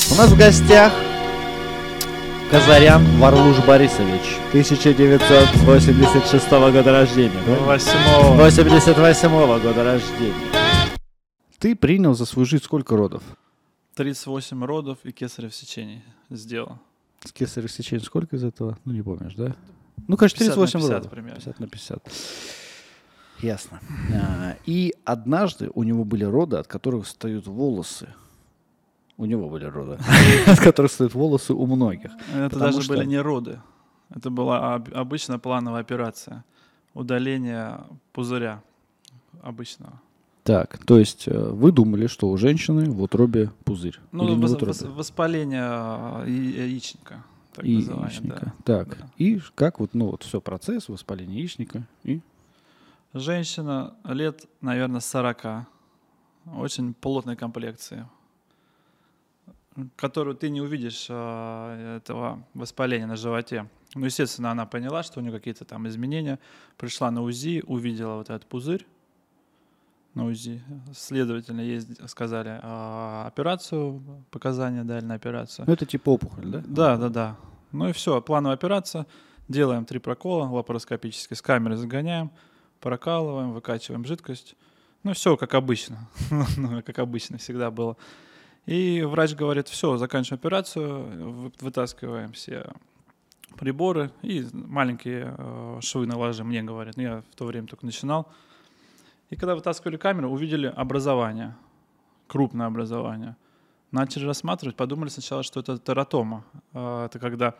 У нас в гостях Казарян Варлуш Борисович, 1986 года рождения. 88 года рождения. Ты принял за свою жизнь сколько родов? 38 родов и кесарево сечение сделал. С кесарево сечением сколько из этого? Ну, не помнишь, да? Ну, конечно, 38 родов. Примерно. 50 на 50. Ясно. И однажды у него были роды, от которых встают волосы. У него были роды, от которых встают волосы у многих. Это даже были не роды. Это была обычная плановая операция. Удаление пузыря обычного. Так, то есть вы думали, что у женщины в утробе пузырь? Ну, воспаление яичника. Так яичника. Да. Так, да. И как вот, ну вот все, процесс воспаления яичника и... Женщина лет, наверное, 40, очень плотной комплекции, которую ты не увидишь этого воспаления на животе. Ну, естественно, она поняла, что у нее какие-то там изменения. Пришла на УЗИ, увидела вот этот пузырь на УЗИ. Следовательно, сказали операцию, показания дали на операцию. Ну, это типа опухоль, да? Да. Ну и все, плановая операция. Делаем 3 прокола лапароскопически, с камеры загоняем, прокалываем, выкачиваем жидкость. Ну, все как обычно. Как обычно всегда было. И врач говорит, все, заканчиваем операцию, вытаскиваем все приборы и маленькие швы наложим, мне говорят. Я в то время только начинал. И когда вытаскивали камеру, увидели образование, крупное образование. Начали рассматривать, подумали сначала, что это тератома. Это когда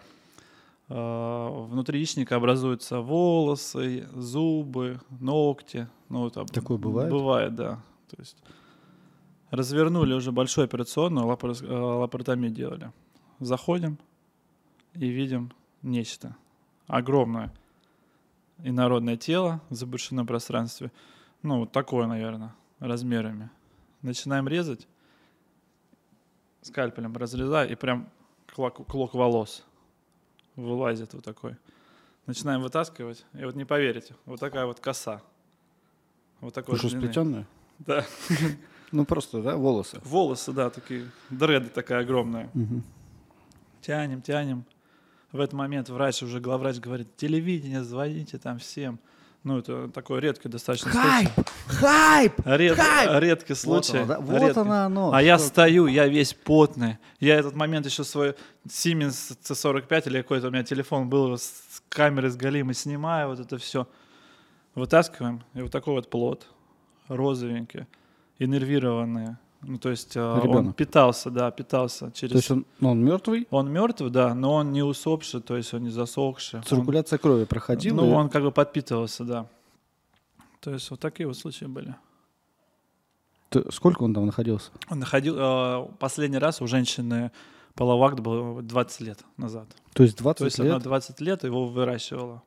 внутри яичника образуются волосы, зубы, ногти. Ну, такое бывает? Бывает, да. То есть развернули уже большую операционную, лапаротомию делали. Заходим и видим нечто огромное. Инородное тело в заброшенном пространстве. Ну, вот такое, наверное, размерами. Начинаем резать. Скальпелем разрезаю, и прям клок волос вылазит вот такой. Начинаем вытаскивать, и вот не поверите, вот такая вот коса. Вот такой длины. Что, сплетенная? Да. Ну, просто, да, волосы? Волосы, да, такие, дреды такая огромная. Угу. Тянем. В этот момент главврач говорит, телевидение, звоните там всем. Ну, это такой редкий достаточно случай. Хайп! Редкий случай. Вот оно. А я стою, я весь потный. Я этот момент еще свой Siemens C45 или какой-то у меня телефон был с камерой с галимой, снимаю вот это все. Вытаскиваем, и вот такой вот плод, розовенький, иннервированный. Ну, то есть он питался через... То есть он мертвый? Он мертвый, да, но он не усопший, то есть он не засохший. Циркуляция крови проходила? Ну, он как бы подпитывался, да. То есть вот такие вот случаи были. Сколько он там находился? Он последний раз у женщины половой акт был 20 лет назад. То есть 20 лет? То есть она 20 лет его выращивала.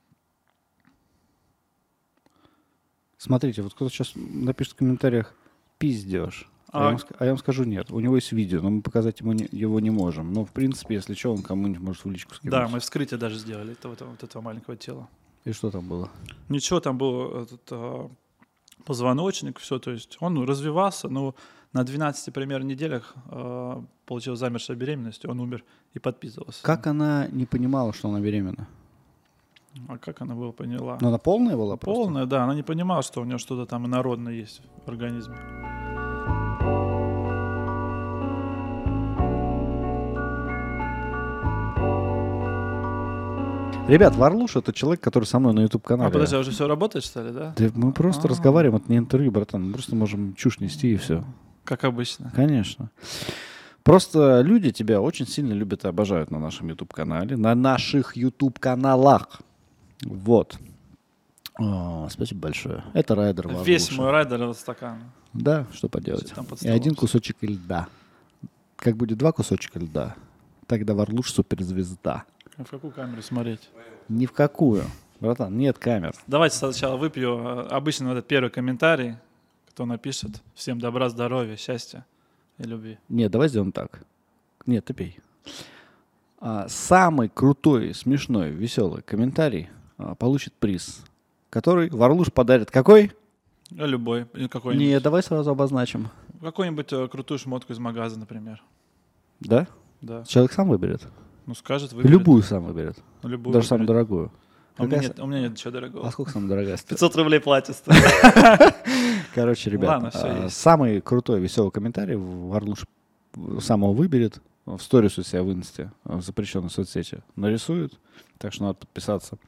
Смотрите, вот кто-то сейчас напишет в комментариях «пиздеж». А я вам скажу нет. У него есть видео, но мы показать его не можем. Но, в принципе, если что, он кому-нибудь может в личку скинуть. Да, мы вскрытие даже сделали вот этого маленького тела. И что там было? Ничего, там был позвоночник, все. То есть он развивался, но на 12 примерно неделях получил замершая беременность, он умер и подписывался. Как она не понимала, что она беременна? А как она была поняла? Но она полная была просто? Полная, да. Она не понимала, что у нее что-то там инородное есть в организме. Ребят, Варлуш — это человек, который со мной на YouTube-канале. Подожди, уже все работает, что ли, да? Да мы просто разговариваем, это не интервью, братан. Мы просто можем чушь нести и все. Как обычно. Конечно. Просто люди тебя очень сильно любят и обожают на нашем YouTube-канале, на наших YouTube-каналах. Вот. Спасибо большое. Это райдер Варлуша. Весь мой райдер в стакан. Да, что поделать. И один кусочек льда. Как будет 2 кусочка льда, тогда Варлуш суперзвезда. А в какую камеру смотреть? Ни в какую. Братан, нет камер. Давайте сначала выпью обычно этот первый комментарий, кто напишет. Всем добра, здоровья, счастья и любви. Нет, давай сделаем так. Нет, ты пей. Самый крутой, смешной, веселый комментарий получит приз, который Варлуш подарит. Какой? Любой. Какой-нибудь. Не, давай сразу обозначим. Какую-нибудь крутую шмотку из магаза, например. Да? Да. Человек сам выберет? Ну, скажет, выберет. Любую сам выберет. Любую Даже самую выберет. дорогую. У меня нет ничего дорогого. А сколько самая дорогая стоит? 500 рублей платит. Короче, ребята, Ладно, всё есть. самый крутой, веселый комментарий Варлуш самого выберет. В сторис у себя в инсте, в запрещенной соцсети, нарисует. Так что надо подписаться.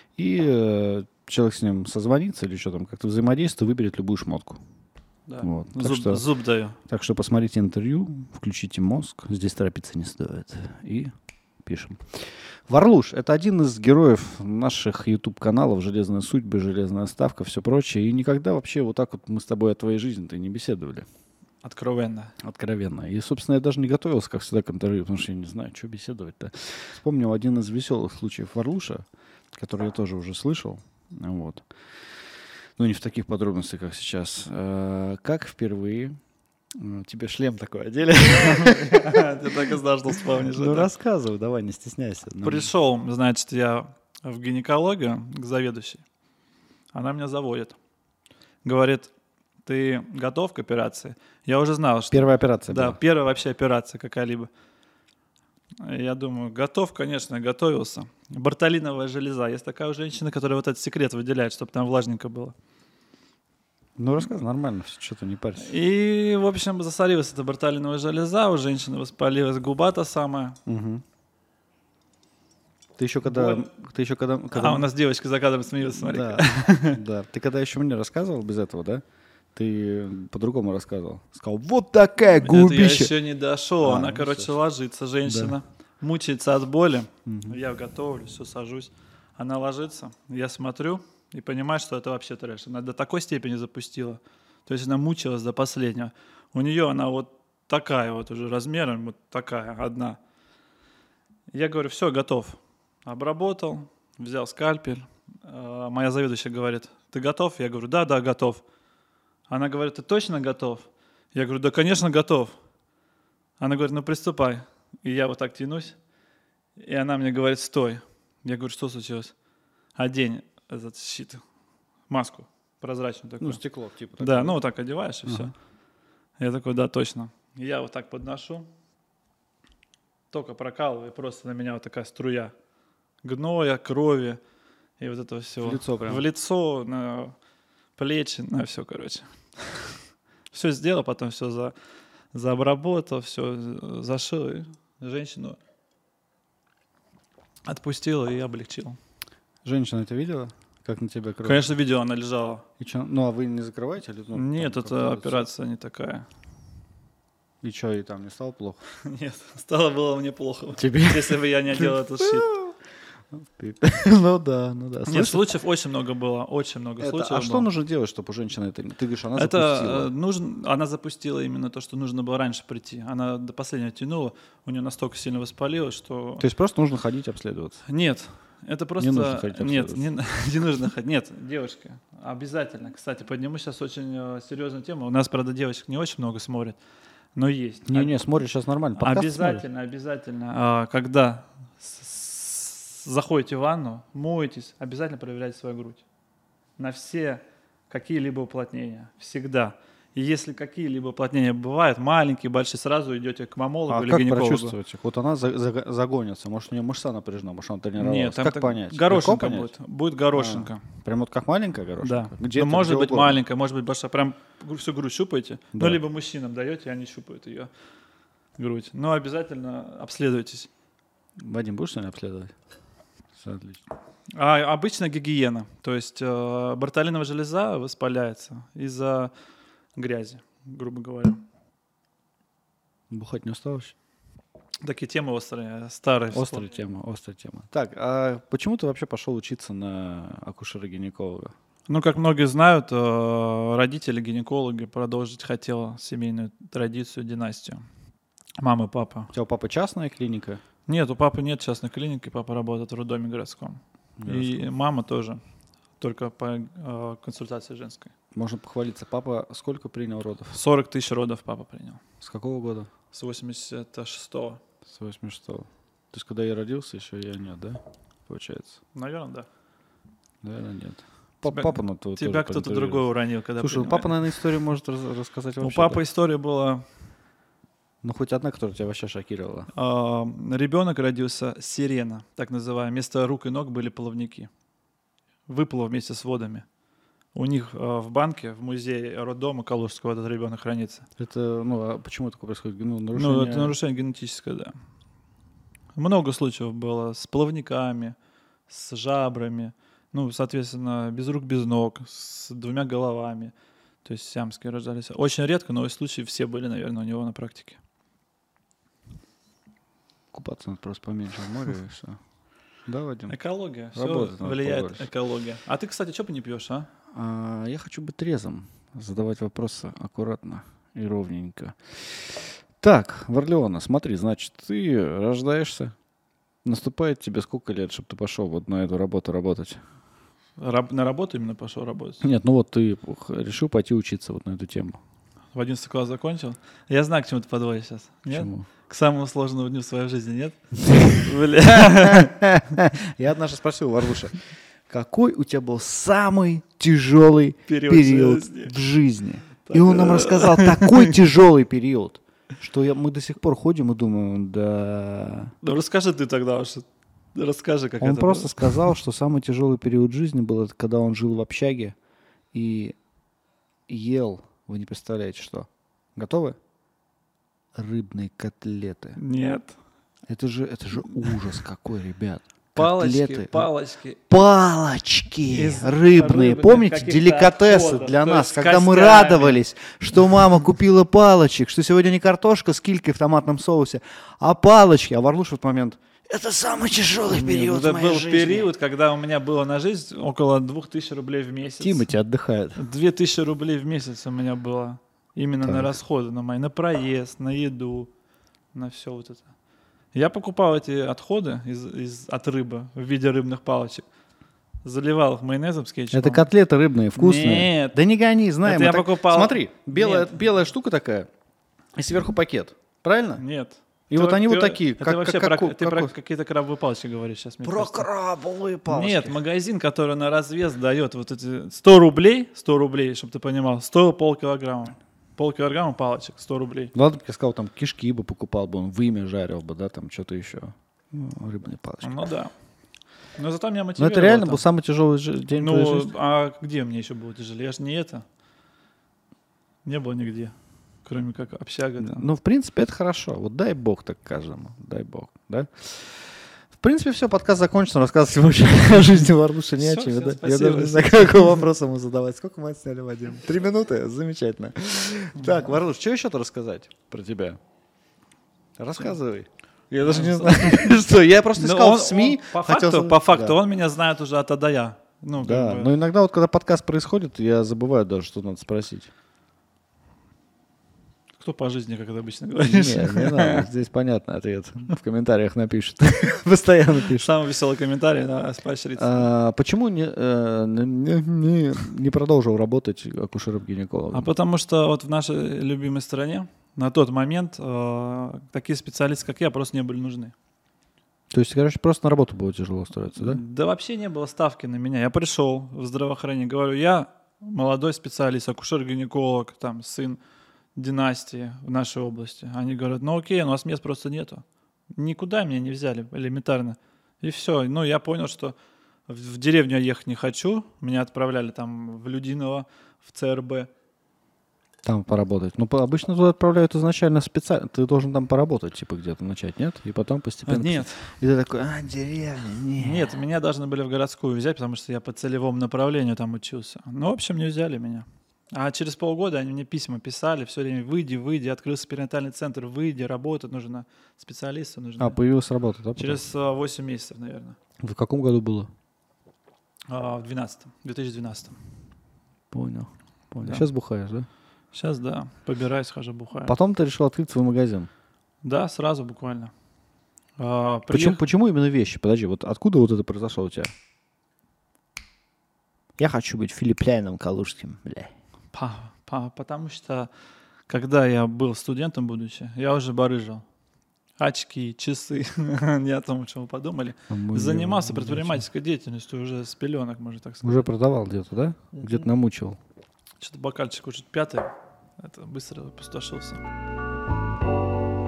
И человек с ним созвонится или что там, как-то взаимодействует, выберет любую шмотку. Да. Вот. Так Зуб даю. Так что посмотрите интервью, включите мозг. Здесь торопиться не стоит. И пишем. Варлуш — это один из героев наших YouTube-каналов «Железные судьбы», «Железная ставка», все прочее. И никогда вообще вот так вот мы с тобой о твоей жизни-то не беседовали. Откровенно. Откровенно. И, собственно, я даже не готовился, как всегда, к интервью, потому что я не знаю, что беседовать-то. Вспомнил один из веселых случаев Варлуша, который я тоже уже слышал. Вот. Ну, не в таких подробностях, как сейчас. Как впервые тебе шлем такой одели? Ты так и знал, что вспомнишь. Ну, рассказывай, давай, не стесняйся. Пришел, значит, я в гинекологию к заведующей. Она меня заводит. Говорит, ты готов к операции? Я уже знал, что... Первая операция Да, была. первая вообще операция какая-либо. Я думаю, готов, конечно, готовился. Бартолиновая железа. Есть такая у женщины, которая вот этот секрет выделяет, чтобы там влажненько было. Ну, рассказывай, нормально, что-то не парься. И, в общем, засорилась эта бартолиновая железа, у женщины воспалилась губа та самая. Угу. Ты еще когда... У нас девочка за кадром смеется, смотри. Да, да. Ты когда еще мне рассказывал без этого, да? Ты по-другому рассказывал. Сказал, вот такая Это я губища. еще не дошел. Она, ну, короче, всё. ложится, женщина. Мучается от боли. Мгм. Я готовлю, все, сажусь. Она ложится, я смотрю и понимаю, что это вообще трэш. Она до такой степени запустила. То есть она мучилась до последнего. У нее она вот такая вот уже размером, вот такая одна. Я говорю, все, готов. Обработал, взял скальпель. Моя заведующая говорит, ты готов? Я говорю, да, готов. Она говорит, ты точно готов? Я говорю, да, конечно, готов. Она говорит, ну приступай. И я вот так тянусь. И она мне говорит, стой. Я говорю, что случилось? Одень этот щит, маску прозрачную такую. Ну, стекло, типа. Да, ну вот так одеваешь и все. Я такой, да, точно. И я вот так подношу. Только прокалываю, и просто на меня вот такая струя гноя, крови и вот этого всего. В лицо прям. В лицо, на плечи, на все, короче. Все сделал, потом все заобработал, все зашил. И женщину отпустил и облегчил. Женщина это видела? Как на тебя кровь? Конечно, видео, она лежала. И чё? Ну, а вы не закрываете? Или, ну, Нет, там это как-то операция не такая. И что, и там не стало плохо? Нет, стало было мне плохо. Тебе? Если бы я не одел этот щит. Ну да, ну да. Нет, Слышь, случаев очень много было, очень много случаев а что было. нужно делать, чтобы у женщины это... Ты говоришь, она Это запустила. нужно, она запустила именно то, что нужно было раньше прийти. Она до последнего тянула, у нее настолько сильно воспалилось, что... То есть просто нужно ходить обследоваться. Нет, это просто... Не нужно ходить Нет, обследоваться. не нужно ходить. Нет, девушка, обязательно. Кстати, подниму сейчас очень серьезную тему. У нас, правда, девочек не очень много смотрят, но есть. Не, смотришь сейчас нормально. подкаст Обязательно, обязательно. Когда заходите в ванну, моетесь, обязательно проверяйте свою грудь. На все какие-либо уплотнения. Всегда. И если какие-либо уплотнения бывают, маленькие, большие, сразу идете к мамологу или как гинекологу. прочувствовать их? Вот она загонится. Может, у нее мышца напряжена, может, она тренировалась. Нет, там как понять? Легко горошинка понять? будет. Будет горошинка. Прям вот как маленькая горошинка? Да. Где Ну, может где быть угодно? маленькая, может быть большая. Прям всю грудь щупаете. Да. Ну, либо мужчинам даете, и они щупают ее грудь. Но обязательно обследуйтесь. Вадим, будешь сегодня обследовать? Все отлично. А обычно гигиена. То есть бартолиновая железа воспаляется из-за грязи, грубо говоря. Бухать не устал вообще? Такие темы острые, старые. Острая тема. Так, а почему ты вообще пошел учиться на акушера-гинеколога? Ну, как многие знают, родители, гинекологи продолжить хотел семейную традицию, династию. Мама, папа. У тебя у папы частная клиника? Нет, у папы нет частной клиники, папа работает в роддоме городском. И мама тоже, только по консультации женской. Можно похвалиться. Папа сколько принял родов? 40 тысяч родов папа принял. С какого года? С 86-го. С 86-го. То есть, когда я родился, еще я нет, да? Получается. Наверное, да. Наверное, нет. Тебя- Папа на то Тебя тоже кто-то подготовил. другой уронил, когда Слушай, ну принимали. папа, наверное, историю может рассказать У вообще. папы история была Ну, хоть одна, которая тебя вообще шокировала. Ребенок родился сирена, так называемая. Вместо рук и ног были плавники. Выплыл вместе с водами. У них в банке, в музее роддома Калужского этот ребенок хранится. Это, а почему такое происходит? Нарушение... Ну, это нарушение генетическое, да. Много случаев было с плавниками, с жабрами, соответственно, без рук, без ног, с 2 головами. То есть сиамские рождались. Очень редко, но случаи все были, наверное, у него на практике. Купаться надо просто поменьше в море и все. Да, Вадим? Экология. Работать Все надо влияет побольше. экология. А ты, кстати, что бы не пьешь, а? Я хочу быть трезвым, задавать вопросы аккуратно и ровненько. Так, Варлеона, смотри, значит, ты рождаешься, наступает тебе сколько лет, чтобы ты пошел вот на эту работу работать? На работу именно пошел работать? Нет, ты решил пойти учиться вот на эту тему. В 11 класс закончил? Я знаю, к чему ты подводишь сейчас. Нет? Почему? К самому сложному дню в своей жизни, нет? Я однажды спросил Варлуша, какой у тебя был самый тяжелый период в жизни? И он нам рассказал такой тяжелый период, что мы до сих пор ходим и думаем, да... Ну расскажи ты тогда уж. Расскажи, как это Он просто было. сказал, что самый тяжелый период жизни был, это когда он жил в общаге и ел, вы не представляете что. Готовы? Рыбные котлеты. Нет. Это же ужас какой, ребят. Палочки. Палочки Из рыбные. рыбных Помните, каких-то деликатесы отходов, для то нас, есть с когда мы костями. радовались, что мама купила палочек, что сегодня не картошка с килькой в томатном соусе, а палочки. А Варлуш в этот момент... Это самый тяжелый период в Это моей был жизни. период, когда у меня было на жизнь около 2000 рублей в месяц. Тимати отдыхает. 2000 рублей в месяц у меня было. Именно Так. на расходы, на проезд, на еду, на все вот это. Я покупал эти отходы от рыбы в виде рыбных палочек. Заливал их майонезом с кетчупом. Это котлеты рыбные, вкусные. Нет. Да не гони, знаем. Это я покупал. Смотри, Нет. белая штука такая, и сверху пакет. Правильно? Нет. И вот они вот такие. Это вообще про какие-то крабовые палочки говоришь сейчас. мне Про кажется. крабовые палочки. Нет, магазин, который на развес дает вот эти 100 рублей, чтобы ты понимал, стоил полкилограмма. Полкилограмма палочек, 100 рублей. Ладно, я сказал, там кишки бы покупал бы, он вымя жарил бы, да, там что-то еще. Рыбные палочки. Ну да. Но зато меня Но мотивировало. это реально там. был самый тяжелый день в твоей Ну, жизни? а где мне еще было тяжелее? Я же не это. Не было нигде. Кроме как общага там. Ну, в принципе, это хорошо. Вот дай бог так каждому. Дай бог, да? В принципе, все, подкаст закончен. Рассказывать вообще о жизни Варлуша не о Всё, чем. всем Да? Я спасибо. даже не знаю, какой вопрос ему задавать. Сколько мы отсняли, Вадим? 3 минуты? Замечательно. Так, Варлуш, что еще-то рассказать про тебя? Рассказывай. Я даже не знаю, что. Я просто Но искал он- в СМИ. По хотел факту, да. он меня знает уже от А до Я. Ну, как Да, бы. но иногда вот когда подкаст происходит, я забываю даже, что надо спросить. Кто по жизни, как это обычно говоришь? Не надо, здесь понятный ответ. В комментариях напишут. Постоянно пишут. Самый веселый комментарий на поощриться. Почему не продолжил работать акушером-гинекологом? А потому что вот в нашей любимой стране на тот момент такие специалисты, как я, просто не были нужны. То есть, короче, просто на работу было тяжело устроиться, да? Да вообще не было ставки на меня. Я пришел в здравоохранение, говорю, я молодой специалист, акушер-гинеколог, там, сын династии в нашей области. Они говорят, ну окей, у нас мест просто нету. Никуда меня не взяли, элементарно. И все. Ну, я понял, что в деревню я ехать не хочу. Меня отправляли там в Людиново, в ЦРБ. Там поработать. Ну, обычно туда отправляют изначально специально. Ты должен там поработать, типа, где-то начать, нет? И потом постепенно... Нет. И ты такой, деревня, нет. Нет, меня должны были в городскую взять, потому что я по целевому направлению там учился. Ну, в общем, не взяли меня. А через полгода они мне письма писали, все время, выйди, открылся перинатальный центр, выйди, работать нужно, специалисты нужны. Появилась работа, да? потом? Через 8 месяцев, наверное. В каком году было? В 2012. Понял. Да. Сейчас бухаешь, да? Сейчас, да, побираюсь, хожу, бухаю. Потом ты решил открыть свой магазин. Да, сразу буквально. Почему именно вещи? Подожди, вот откуда вот это произошло у тебя? Я хочу быть филиппляном калужским, бля. Потому что, когда я был студентом, будучи, я уже барыжил. Очки, часы, не о том, о чем вы подумали. Занимался предпринимательской деятельностью уже с пеленок, можно так сказать. Уже продавал где-то, да? Где-то намучил. Что-то бокальчик уже 5-й, это быстро опустошился.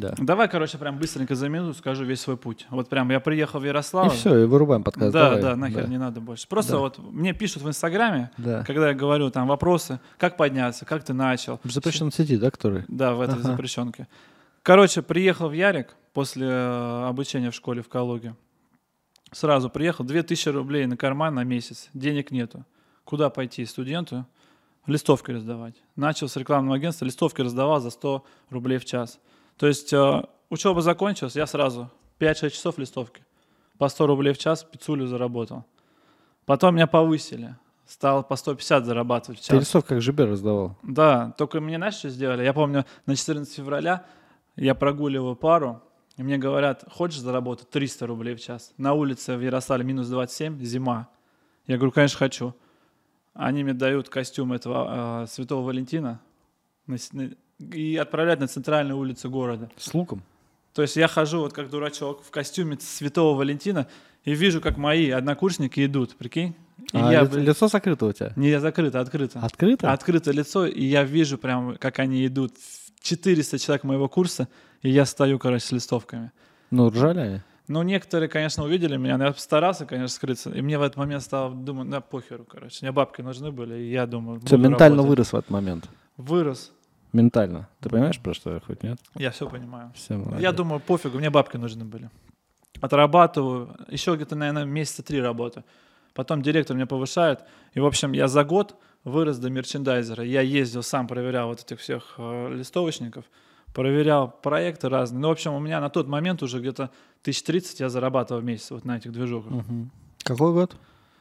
Да. Давай, короче, прям быстренько за минуту скажу весь свой путь. Вот прям я приехал в Ярославль. И все, и вырубаем подкаст. Да, Давай. да, нахер не надо больше. Просто Да. вот мне пишут в Инстаграме, Да. когда я говорю там вопросы, как подняться, как ты начал. В запрещенной сети, да, который? Да, в этой Ага. запрещенке. Короче, приехал в Ярик после обучения в школе в Калуге. Сразу приехал, 2000 рублей на карман на месяц, денег нету. Куда пойти студенту? Листовки раздавать. Начал с рекламного агентства, листовки раздавал за 100 рублей в час. То есть учеба закончилась, я сразу 5-6 часов листовки. По 100 рублей в час пиццулю заработал. Потом меня повысили. Стал по 150 зарабатывать в час. Ты листов как ЖБ раздавал. Да, только мне, знаешь, что сделали? Я помню, на 14 февраля я прогуливаю пару, и мне говорят, хочешь заработать 300 рублей в час? На улице в Ярославле минус 27, зима. Я говорю, конечно, хочу. Они мне дают костюм этого Святого Валентина и отправляют на центральную улицу города. С луком? То есть я хожу вот как дурачок в костюме Святого Валентина и вижу, как мои однокурсники идут, прикинь? И А я, лицо закрыто у тебя? Не закрыто, открыто. Открыто? Открыто лицо, и я вижу прям, как они идут. 400 человек моего курса, и я стою, короче, с листовками. Ну, ржали они? Ну, некоторые, конечно, увидели меня, но я постарался, конечно, скрыться. И мне в этот момент стало, думаю, да похеру, короче. Мне бабки нужны были, и я думаю, Все, буду ментально работать. вырос в этот момент. Вырос. Ментально. Ты понимаешь, про что я хоть нет? Я все понимаю. Все, молодец. Я думаю, пофигу, мне бабки нужны были. Отрабатываю, еще где-то, наверное, месяца 3 работаю. Потом директор меня повышает. И, в общем, я за год вырос до мерчендайзера. Я ездил, сам проверял вот этих всех листовочников, проверял проекты разные. Ну, в общем, у меня на тот момент уже где-то 1030 я зарабатывал в месяц вот на этих движухах. Мгм. Какой год?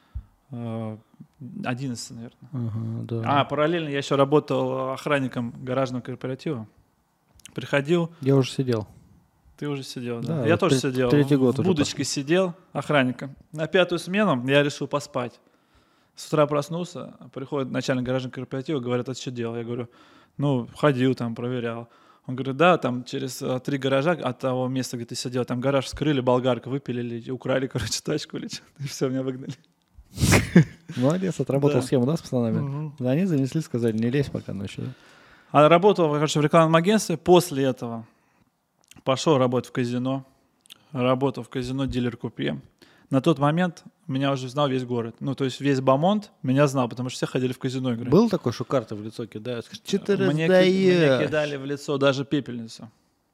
11, наверное. Ага, да. А параллельно я еще работал охранником гаражного кооператива. Приходил, Я уже сидел. ты уже сидел, да? Да, Я вот тоже сидел. третий год в уже будочке сидел охранником. На 5-ю смену я решил поспать. С утра проснулся, приходит начальник гаражного кооператива, говорит, а ты что делал? Я говорю, ну, ходил там, проверял. Он говорит, да, там через 3 гаража от того места, где ты сидел, там гараж вскрыли, болгарку выпилили, и украли, короче, тачку или что-то. И все, меня выгнали. Молодец, отработал Да. схему, да, с пацанами? Мгм. Да, они занесли, сказали, не лезь пока ночью. Да? А работал, короче, в рекламном агентстве. После этого пошел работать в казино. Работал в казино дилер-купе. На тот момент меня уже знал весь город. Ну, то есть весь Бамонт меня знал, потому что все ходили в казино играть. Был такой, что карты в лицо кидают? Что ты Мне раздаешь? кидали в лицо даже пепельницу.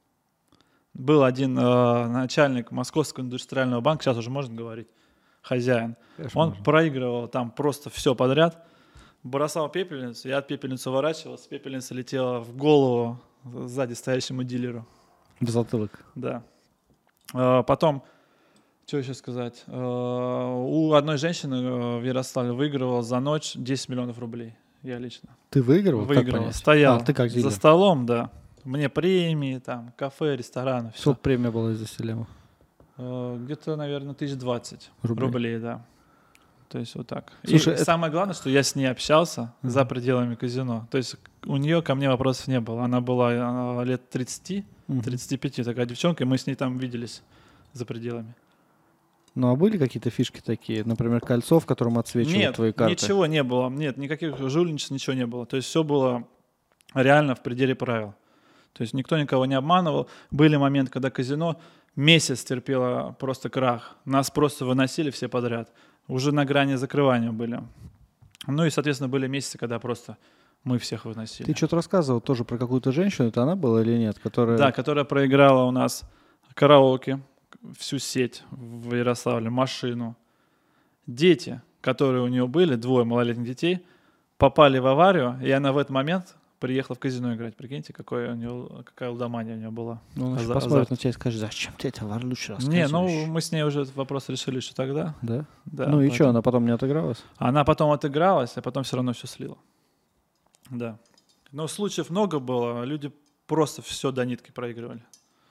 Был один начальник Московского индустриального банка, сейчас уже можно говорить, хозяин. Конечно, Он можно. проигрывал там просто все подряд, бросал пепельницу, я от пепельницы уворачивался, пепельница летела в голову сзади стоящему дилеру. В затылок. Да. Потом, что еще сказать, у одной женщины в Ярославле выигрывал за ночь 10 миллионов рублей, я лично. Ты выигрывал? Как Выигрывал, понять? стоял А, ты как за дилер. столом, да. Мне премии, там, кафе, рестораны, все. Сколько премия была из-за селема? Где-то, наверное, 1020 Рублей. рублей, да. То есть вот так. Слушай, И это- самое главное, что я с ней общался за пределами казино. То есть у нее ко мне вопросов не было. Она была лет 30, 35, такая девчонка, и мы с ней там виделись за пределами. Ну, а были какие-то фишки такие? Например, кольцо, в котором отсвечивают Нет, твои карты? ничего не было. Нет, никаких жульничеств, ничего не было. То есть все было реально в пределе правил. То есть никто никого не обманывал. Были моменты, когда казино месяц терпело просто крах. Нас просто выносили все подряд. Уже на грани закрывания были. Ну и, соответственно, были месяцы, когда просто мы всех выносили. Ты что-то рассказывал тоже про какую-то женщину, это она была или нет? Которая... Да, которая проиграла у нас караоке, всю сеть в Ярославле, машину. Дети, которые у нее были, 2 малолетних детей, попали в аварию, и она в этот момент приехала в казино играть. Прикиньте, какая лудомания у нее была. Ну, он еще Азарт. посмотрит на тебя и скажет, зачем ты это Варлюша Не, ну рассказываешь? мы с ней уже этот вопрос решили еще тогда. Да? Да, Ну и поэтому- что, она потом не отыгралась? Она потом отыгралась, а потом все равно все слила. Да. Но случаев много было, люди просто все до нитки проигрывали.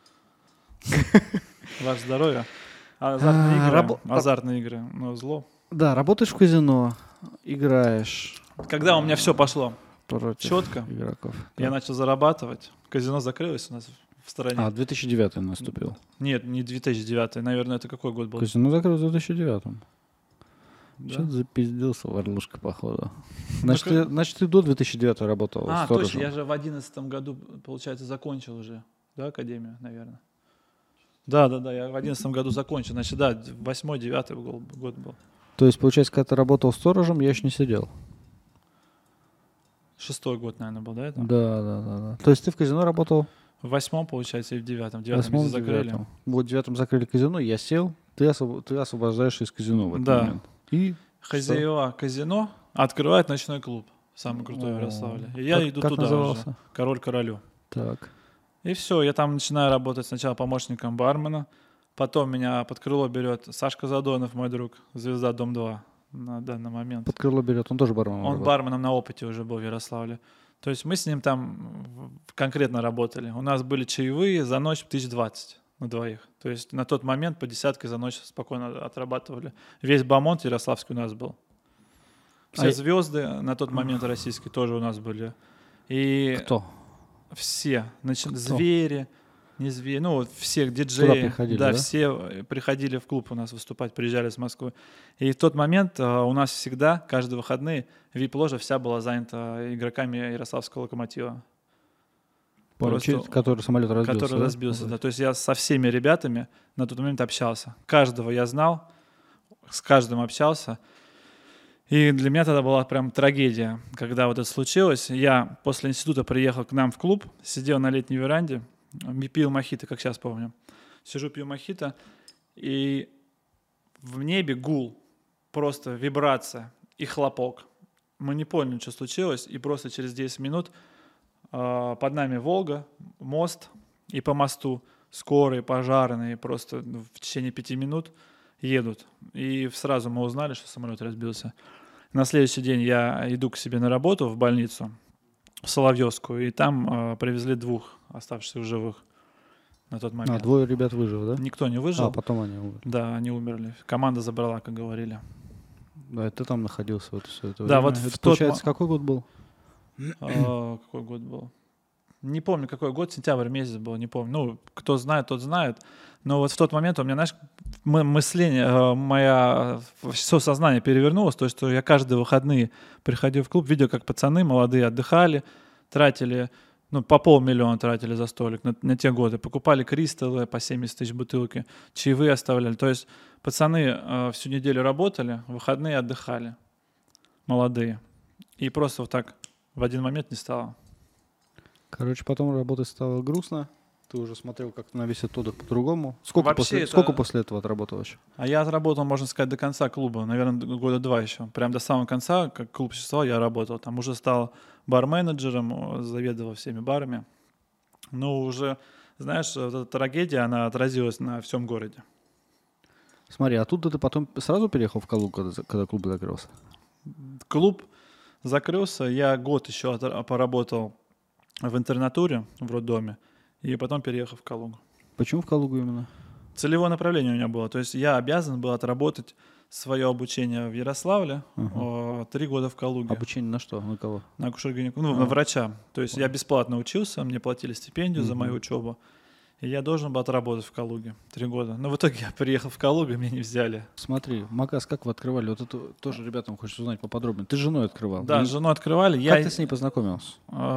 Ваше здоровье. Азартные игры, ну, зло. Да, работаешь в казино, играешь Когда у меня все пошло против четко, игроков. я начал зарабатывать. Казино закрылось у нас в стороне. А, 2009 наступил. Нет, не 2009, наверное, это какой год был? Казино закрылось в 2009. Да? Что-то запизделся Варлушка, походу. Ну, Значит, ты до 2009 работал А, сторожем. точно, я же в 2011 году, получается, закончил уже. да, академию, наверное. Да, я в 2011 году закончил. Значит, да, 8-9 год был. То есть, получается, когда ты работал сторожем, я еще не сидел. 6-й год, наверное, был, да, это? Да. То есть ты в казино работал? В 8-м, получается, и в 9-м. В 9-м Восьмом, везде закрыли. девятом. Вот в 9 закрыли казино, я сел, ты освобождаешься из казино в этот Да. момент. И Хозяева казино открывают ночной клуб. Самый крутой в Ярославле. И я иду как туда назывался? уже. Король королю. Так. И все, я там начинаю работать сначала помощником бармена. Потом меня под крыло берет Сашка Задонов, мой друг, звезда Дом-2 на данный момент. Под крыло берет, он тоже барменом Он работал. барменом на опыте уже был в Ярославле. То есть мы с ним там конкретно работали. У нас были чаевые за ночь 1020 на двоих. То есть на тот момент по десятке за ночь спокойно отрабатывали. Весь бомонд ярославский у нас был. Все звезды на тот момент российские тоже у нас были. И Кто? все. Звери, не звери, ну вот все диджеи. Туда приходили, да? Все приходили в клуб у нас выступать, приезжали с Москвы. И в тот момент у нас всегда, каждые выходные, VIP-ложа вся была занята игроками Ярославского Локомотива. Который самолет разбился. Который разбился, да. То есть я со всеми ребятами на тот момент общался. Каждого я знал, с каждым общался. И для меня тогда была прям трагедия, когда вот это случилось. Я после института приехал к нам в клуб, сидел на летней веранде, пил мохито, как сейчас помню. Сижу, пью мохито, и в небе гул, просто вибрация и хлопок. Мы не поняли, что случилось, и просто через 10 минут под нами Волга, мост, и по мосту скорые, пожарные просто в течение 5 минут едут. И сразу мы узнали, что самолет разбился. На следующий день я иду к себе на работу в больницу, в Соловьевскую, и там привезли 2 оставшихся в живых на тот момент. 2 ребят выжило, да? Никто не выжил. Потом они умерли. Да, они умерли. Команда забрала, как говорили. Да, и ты там находился все это Да, время. вот это, получается, какой год был? Какой год был? Не помню, какой год, сентябрь месяц был, не помню. Ну, кто знает, тот знает. Но вот в тот момент у меня, знаешь, мышление, все сознание перевернулось, то есть что я каждые выходные приходил в клуб, видел, как пацаны молодые отдыхали, тратили, по 500 000 тратили за столик на те годы, покупали кристаллы по 70 000 бутылки, чаевые оставляли. То есть пацаны всю неделю работали, в выходные отдыхали, молодые. И просто вот так в один момент не стало. Короче, потом работать стало грустно. Ты уже смотрел как на весь этот отдых по-другому. Сколько после этого отработал еще? А я отработал, можно сказать, до конца клуба. Наверное, 2 года еще. Прям до самого конца, как клуб существовал, я работал. Там уже стал бар-менеджером, заведовал всеми барами. Но уже, знаешь, вот эта трагедия, она отразилась на всем городе. Смотри, оттуда ты потом сразу переехал в Калугу, когда клуб закрылся? Клуб закрылся. Я год еще поработал в интернатуре в роддоме. И потом переехал в Калугу. Почему в Калугу именно? Целевое направление у меня было. То есть я обязан был отработать свое обучение в Ярославле, 3 года в Калуге. Обучение на что? На кого? На акушер-гинеколога, на врача. То есть я бесплатно учился, мне платили стипендию за мою учебу. И я должен был отработать в Калуге 3 года. Но в итоге я приехал в Калугу, и меня не взяли. Смотри, Магаз, как вы открывали? Вот это тоже ребятам хочется узнать поподробнее. Ты с женой открывал? Да, с женой открывали. Как ты с ней познакомился?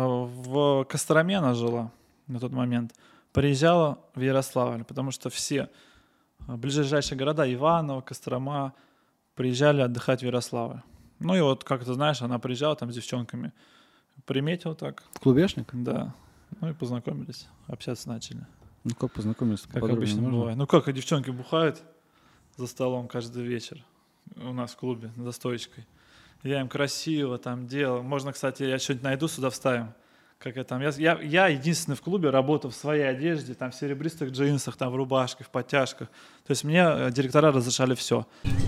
В Костроме она жила на тот момент. Приезжала в Ярославль, потому что все ближайшие города, Иваново, Кострома, приезжали отдыхать в Ярославль. Ну и вот, как ты знаешь, она приезжала там с девчонками. Приметил так. Клубешник? Да. Ну и познакомились, общаться начали. Ну как познакомиться? Как обычно бывает. Ну как, девчонки бухают за столом каждый вечер у нас в клубе, за стоечкой. Я им красиво там делал. Можно, кстати, я что-нибудь найду, сюда вставим. Как я там. Я единственный в клубе работал в своей одежде, там в серебристых джинсах, там в рубашках, в подтяжках. То есть мне директора разрешали все.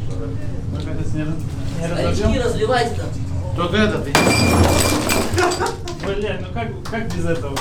Не разливайте там. Только этот. Блин, ну как без этого?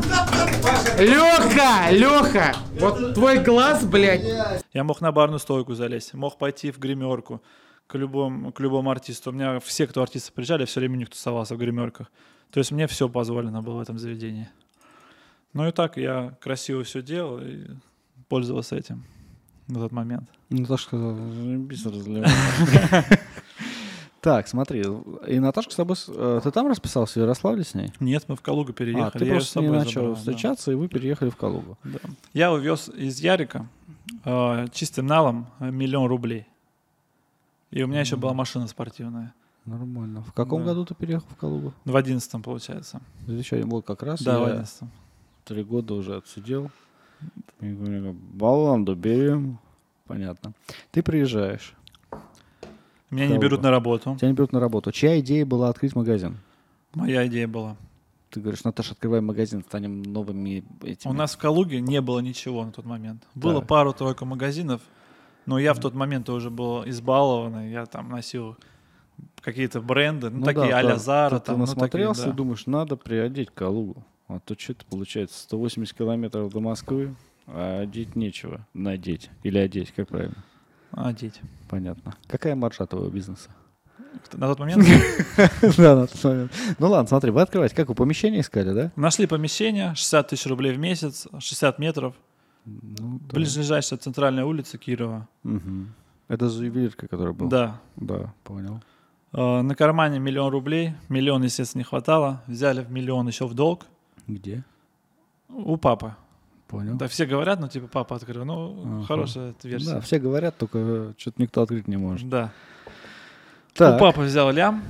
Леха! Вот твой глаз, блядь. Я мог на барную стойку залезть, мог пойти в гримерку к любому артисту. У меня все, кто артисты приезжали, все время у них тусовался в гримерках. То есть мне все позволено было в этом заведении. Ну и так я красиво все делал и пользовался этим на тот момент. Ну так сказал, без разливания. Так, смотри, и Наташка с тобой... Ты там расписался в Ярославле с ней? Нет, мы в Калугу переехали. Ты я её с просто не собой начал забрал, да. встречаться, и вы переехали в Калугу. Да. Я увез из Ярика чистым налом 1 000 000 рублей. И у меня еще была машина спортивная. Нормально. В каком Да. году ты переехал в Калугу? В 11-м, получается. Еще вот как раз Да, в я 11-м. 3 года уже отсидел. И говорю, баланду берем. Понятно. Ты приезжаешь. Меня не Калуга. берут на работу. Тебя не берут на работу. Чья идея была открыть магазин? Моя идея была. Ты говоришь, Наташа, открываем магазин, станем новыми этими. У нас в Калуге не было ничего на тот момент. Было Так. пару-тройку магазинов, но я в тот момент уже был избалованный. Я там носил какие-то бренды, такие да, а-ля да. Зара. Ты Там, ну, насмотрелся такие, и думаешь, надо приодеть Калугу. А то что-то получается 180 километров до Москвы, а одеть нечего. Надеть. Или одеть, как правильно? одеть. Понятно. Какая маржа твоего бизнеса? На тот момент Да, на тот момент. Ну ладно, смотри, вы открываете. Как вы помещение искали, да? нашли помещение, 60 тысяч рублей в месяц, 60 метров. Ну, да. Ближайшая центральная улица Кирова. Мгм. Это же ювелирка, который был? Да. Да, понял. На кармане 1 000 000 рублей. 1 000 000, естественно, не хватало. Взяли в 1 000 000 еще в долг. Где? У папы. Понял. Да, все говорят, ну, типа, папа открыл. Ну, Ага. хорошая эта версия. Да, все говорят, только что-то никто открыть не может. Да. Так. У папы взял лям,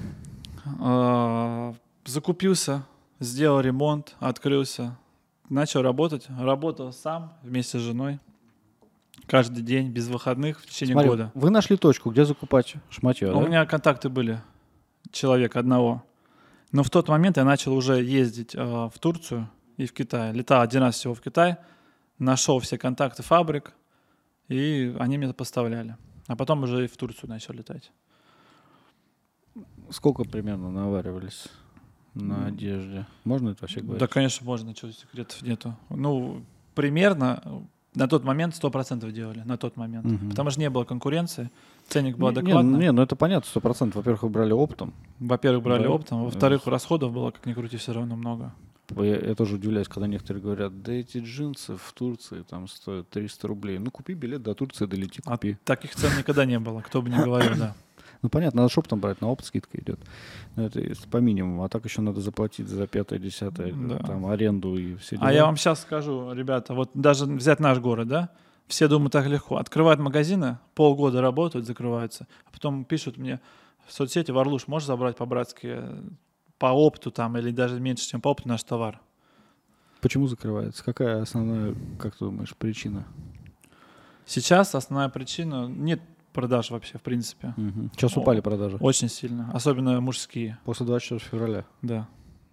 закупился, сделал ремонт, открылся, начал работать. Работал сам вместе с женой. Каждый день, без выходных, в течение Смотри, года. вы нашли точку, где закупать шматье, да? У меня контакты были человека одного. Но в тот момент я начал уже ездить в Турцию и в Китай. Летал один раз всего в Китай, нашел все контакты фабрик, и они мне поставляли. А потом уже и в Турцию начал летать. Сколько примерно наваривались на одежде? Можно это вообще говорить? Да, конечно, можно, чего секретов нету. Ну, примерно на тот момент 100% делали, на тот момент. Мгм. Потому что не было конкуренции, ценник был Не, адекватный. ну это понятно, 100%. Во-первых, вы брали оптом. Во-первых, брали Да. оптом, во-вторых, расходов было, как ни крути, все равно много. Я тоже удивляюсь, когда некоторые говорят, да эти джинсы в Турции там стоят 300 рублей. Ну, купи билет до Турции, долети, А купи. таких цен никогда не было, кто бы ни говорил, да. Ну, понятно, надо шоптом брать, на опт скидка идет. Но это если по минимуму. А так еще надо заплатить за 5-е, 10-е, Да. там, аренду и все дела. А я вам сейчас скажу, ребята, вот даже взять наш город, да, все думают так легко. Открывают магазины, полгода работают, закрываются, а потом пишут мне в соцсети: Варлуш, можешь забрать по-братски по опту там или даже меньше, чем по опту наш товар? Почему закрывается? Какая основная, как ты думаешь, причина? Сейчас основная причина — нет продаж вообще, в принципе. Сейчас упали продажи. Очень сильно, особенно мужские, После 24 февраля. да.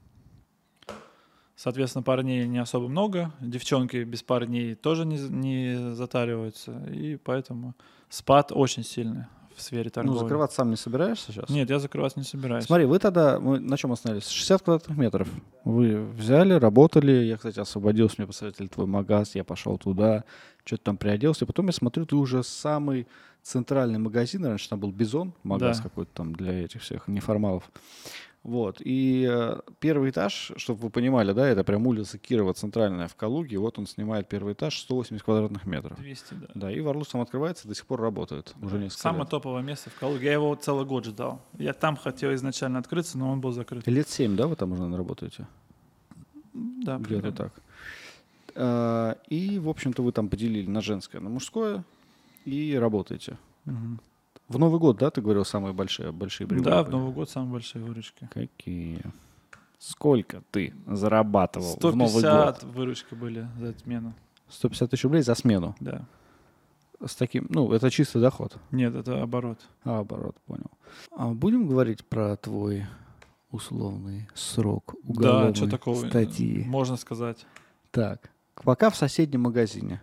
Соответственно, парней не особо много, девчонки без парней тоже не затариваются, и поэтому спад очень сильный в сфере Ну, торговли. закрываться сам не собираешься сейчас? Нет, я закрываться не собираюсь. Смотри, вы тогда, мы на чем остановились? 60 квадратных метров. Вы взяли, работали. Я, кстати, освободился, мне посоветовали твой магаз. Я пошел туда, что-то там приоделся. Потом я смотрю, ты уже самый центральный магазин. Раньше там был Бизон, магаз Да. какой-то там для этих всех неформалов. Вот. И первый этаж, чтобы вы понимали, да, это прям улица Кирова, центральная в Калуге. Вот он снимает первый этаж, 180 квадратных метров. 200, да. Да, и Варлус там открывается, до сих пор работает. Уже несколько Самое лет. топовое место в Калуге. Я его целый год ждал. Я там хотел изначально открыться, но он был закрыт. Лет 7, да, вы там уже работаете? Да, Где-то примерно. так. И, в общем-то, вы там поделили на женское, на мужское и работаете. Мгм. В Новый год, да, ты говорил, самые большие прибыли? Да, в были? Новый год самые большие выручки. Какие? Сколько ты зарабатывал в Новый 150 год? выручки были за смену. 150 тысяч рублей за смену. Да. С таким, ну, это чистый доход. Нет, это оборот. Оборот, понял. Будем говорить про твой условный срок Да, уголовной что такого? статьи? Можно сказать. Так, пока в соседнем магазине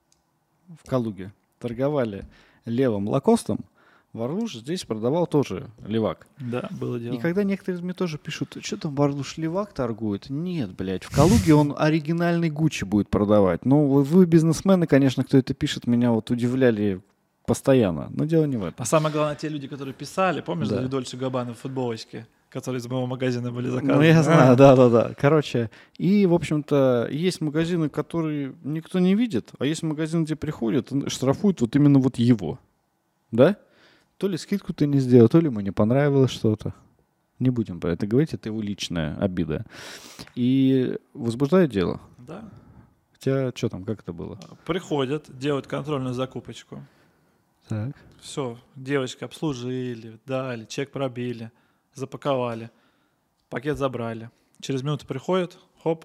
в Калуге торговали левым лакостом, Варлуш здесь продавал тоже левак. Да, было дело. И когда некоторые мне тоже пишут, что там Варлуш левак торгует? Нет, блядь, в Калуге он оригинальный Гуччи будет продавать. Ну, вы бизнесмены, конечно, кто это пишет, меня вот удивляли постоянно. Но дело не в этом. А самое главное, те люди, которые писали, помнишь, Да. за Дольче Габбана в футболочке, которые из моего магазина были заказаны? Ну, я знаю, да. Короче, и, в общем-то, есть магазины, которые никто не видит, а есть магазин, где приходят и штрафуют вот именно вот его. Да? То ли скидку ты не сделал, то ли ему не понравилось что-то. Не будем про это говорить, это его личная обида. И возбуждает дело. Да. У тебя что там, как это было? Приходят, делают контрольную закупочку. Так. Все, девочки обслужили, дали, чек пробили, запаковали, пакет забрали. Через минуту приходят, хоп,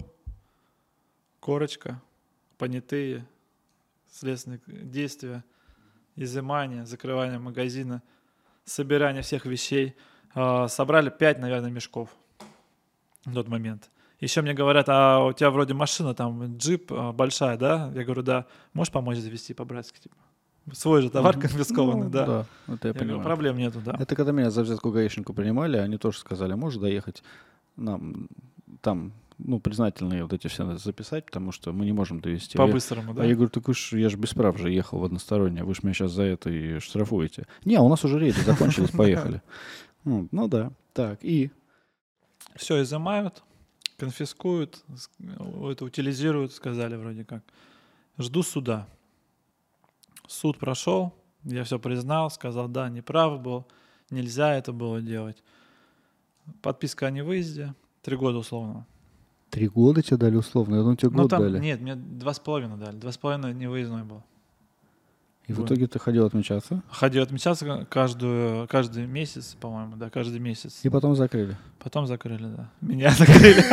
корочка, понятые, следственные действия, изымание, закрывание магазина, собирание всех вещей. Собрали 5, наверное, мешков в тот момент. Еще мне говорят, а у тебя вроде машина, там, джип большая, да? Я говорю, да. Можешь помочь завести по-братски, типа? Свой же товар конфискованный, да. Да, это я Я говорю, понимаю. проблем нету, да. Это когда меня за взятку гаишнику принимали, они тоже сказали, можешь доехать нам там, признательные вот эти все надо записать, потому что мы не можем довести. По-быстрому, да? А я говорю, так уж я же без прав же ехал в одностороннее, вы же меня сейчас за это и штрафуете. Не, у нас уже рейды закончились, поехали. Ну да, так, и? Все изымают, конфискуют, это утилизируют, сказали вроде как. Жду суда. Суд прошел, я все признал, сказал, да, неправ был, нельзя это было делать. Подписка о невыезде, 3 года условно. 3 года тебе дали условно, я думаю, тебе Ну год там, дали. нет, мне 2,5 дали, 2,5 невыездной был. И в итоге ты ходил отмечаться? Ходил отмечаться каждый месяц, по-моему, да, каждый месяц. И потом закрыли. Потом закрыли, да. Меня закрыли.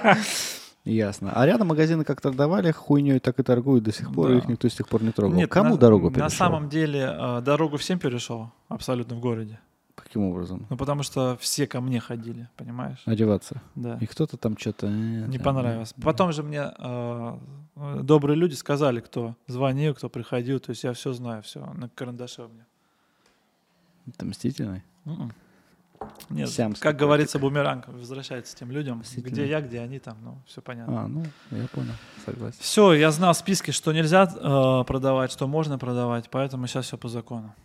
Ясно. А рядом магазины как торговали хуйней, так и торгуют до сих пор, Да. и их никто с тех пор не трогал. Нет, Кому дорогу перешел? На самом деле дорогу всем перешел, абсолютно в городе. Каким образом? Ну, потому что все ко мне ходили, понимаешь? Одеваться. Да. И кто-то там что-то... Не понравилось. Потом же мне добрые люди сказали, кто звонил, кто приходил, то есть я все знаю, все на карандаше у меня. Это мстительный? М-м. Нет, Сиамский как котик. говорится, бумеранг возвращается тем людям, Мстительный. где я, где они там, ну, все понятно. Я понял, согласен. Все, я знал списки, что нельзя продавать, что можно продавать, поэтому сейчас все по закону.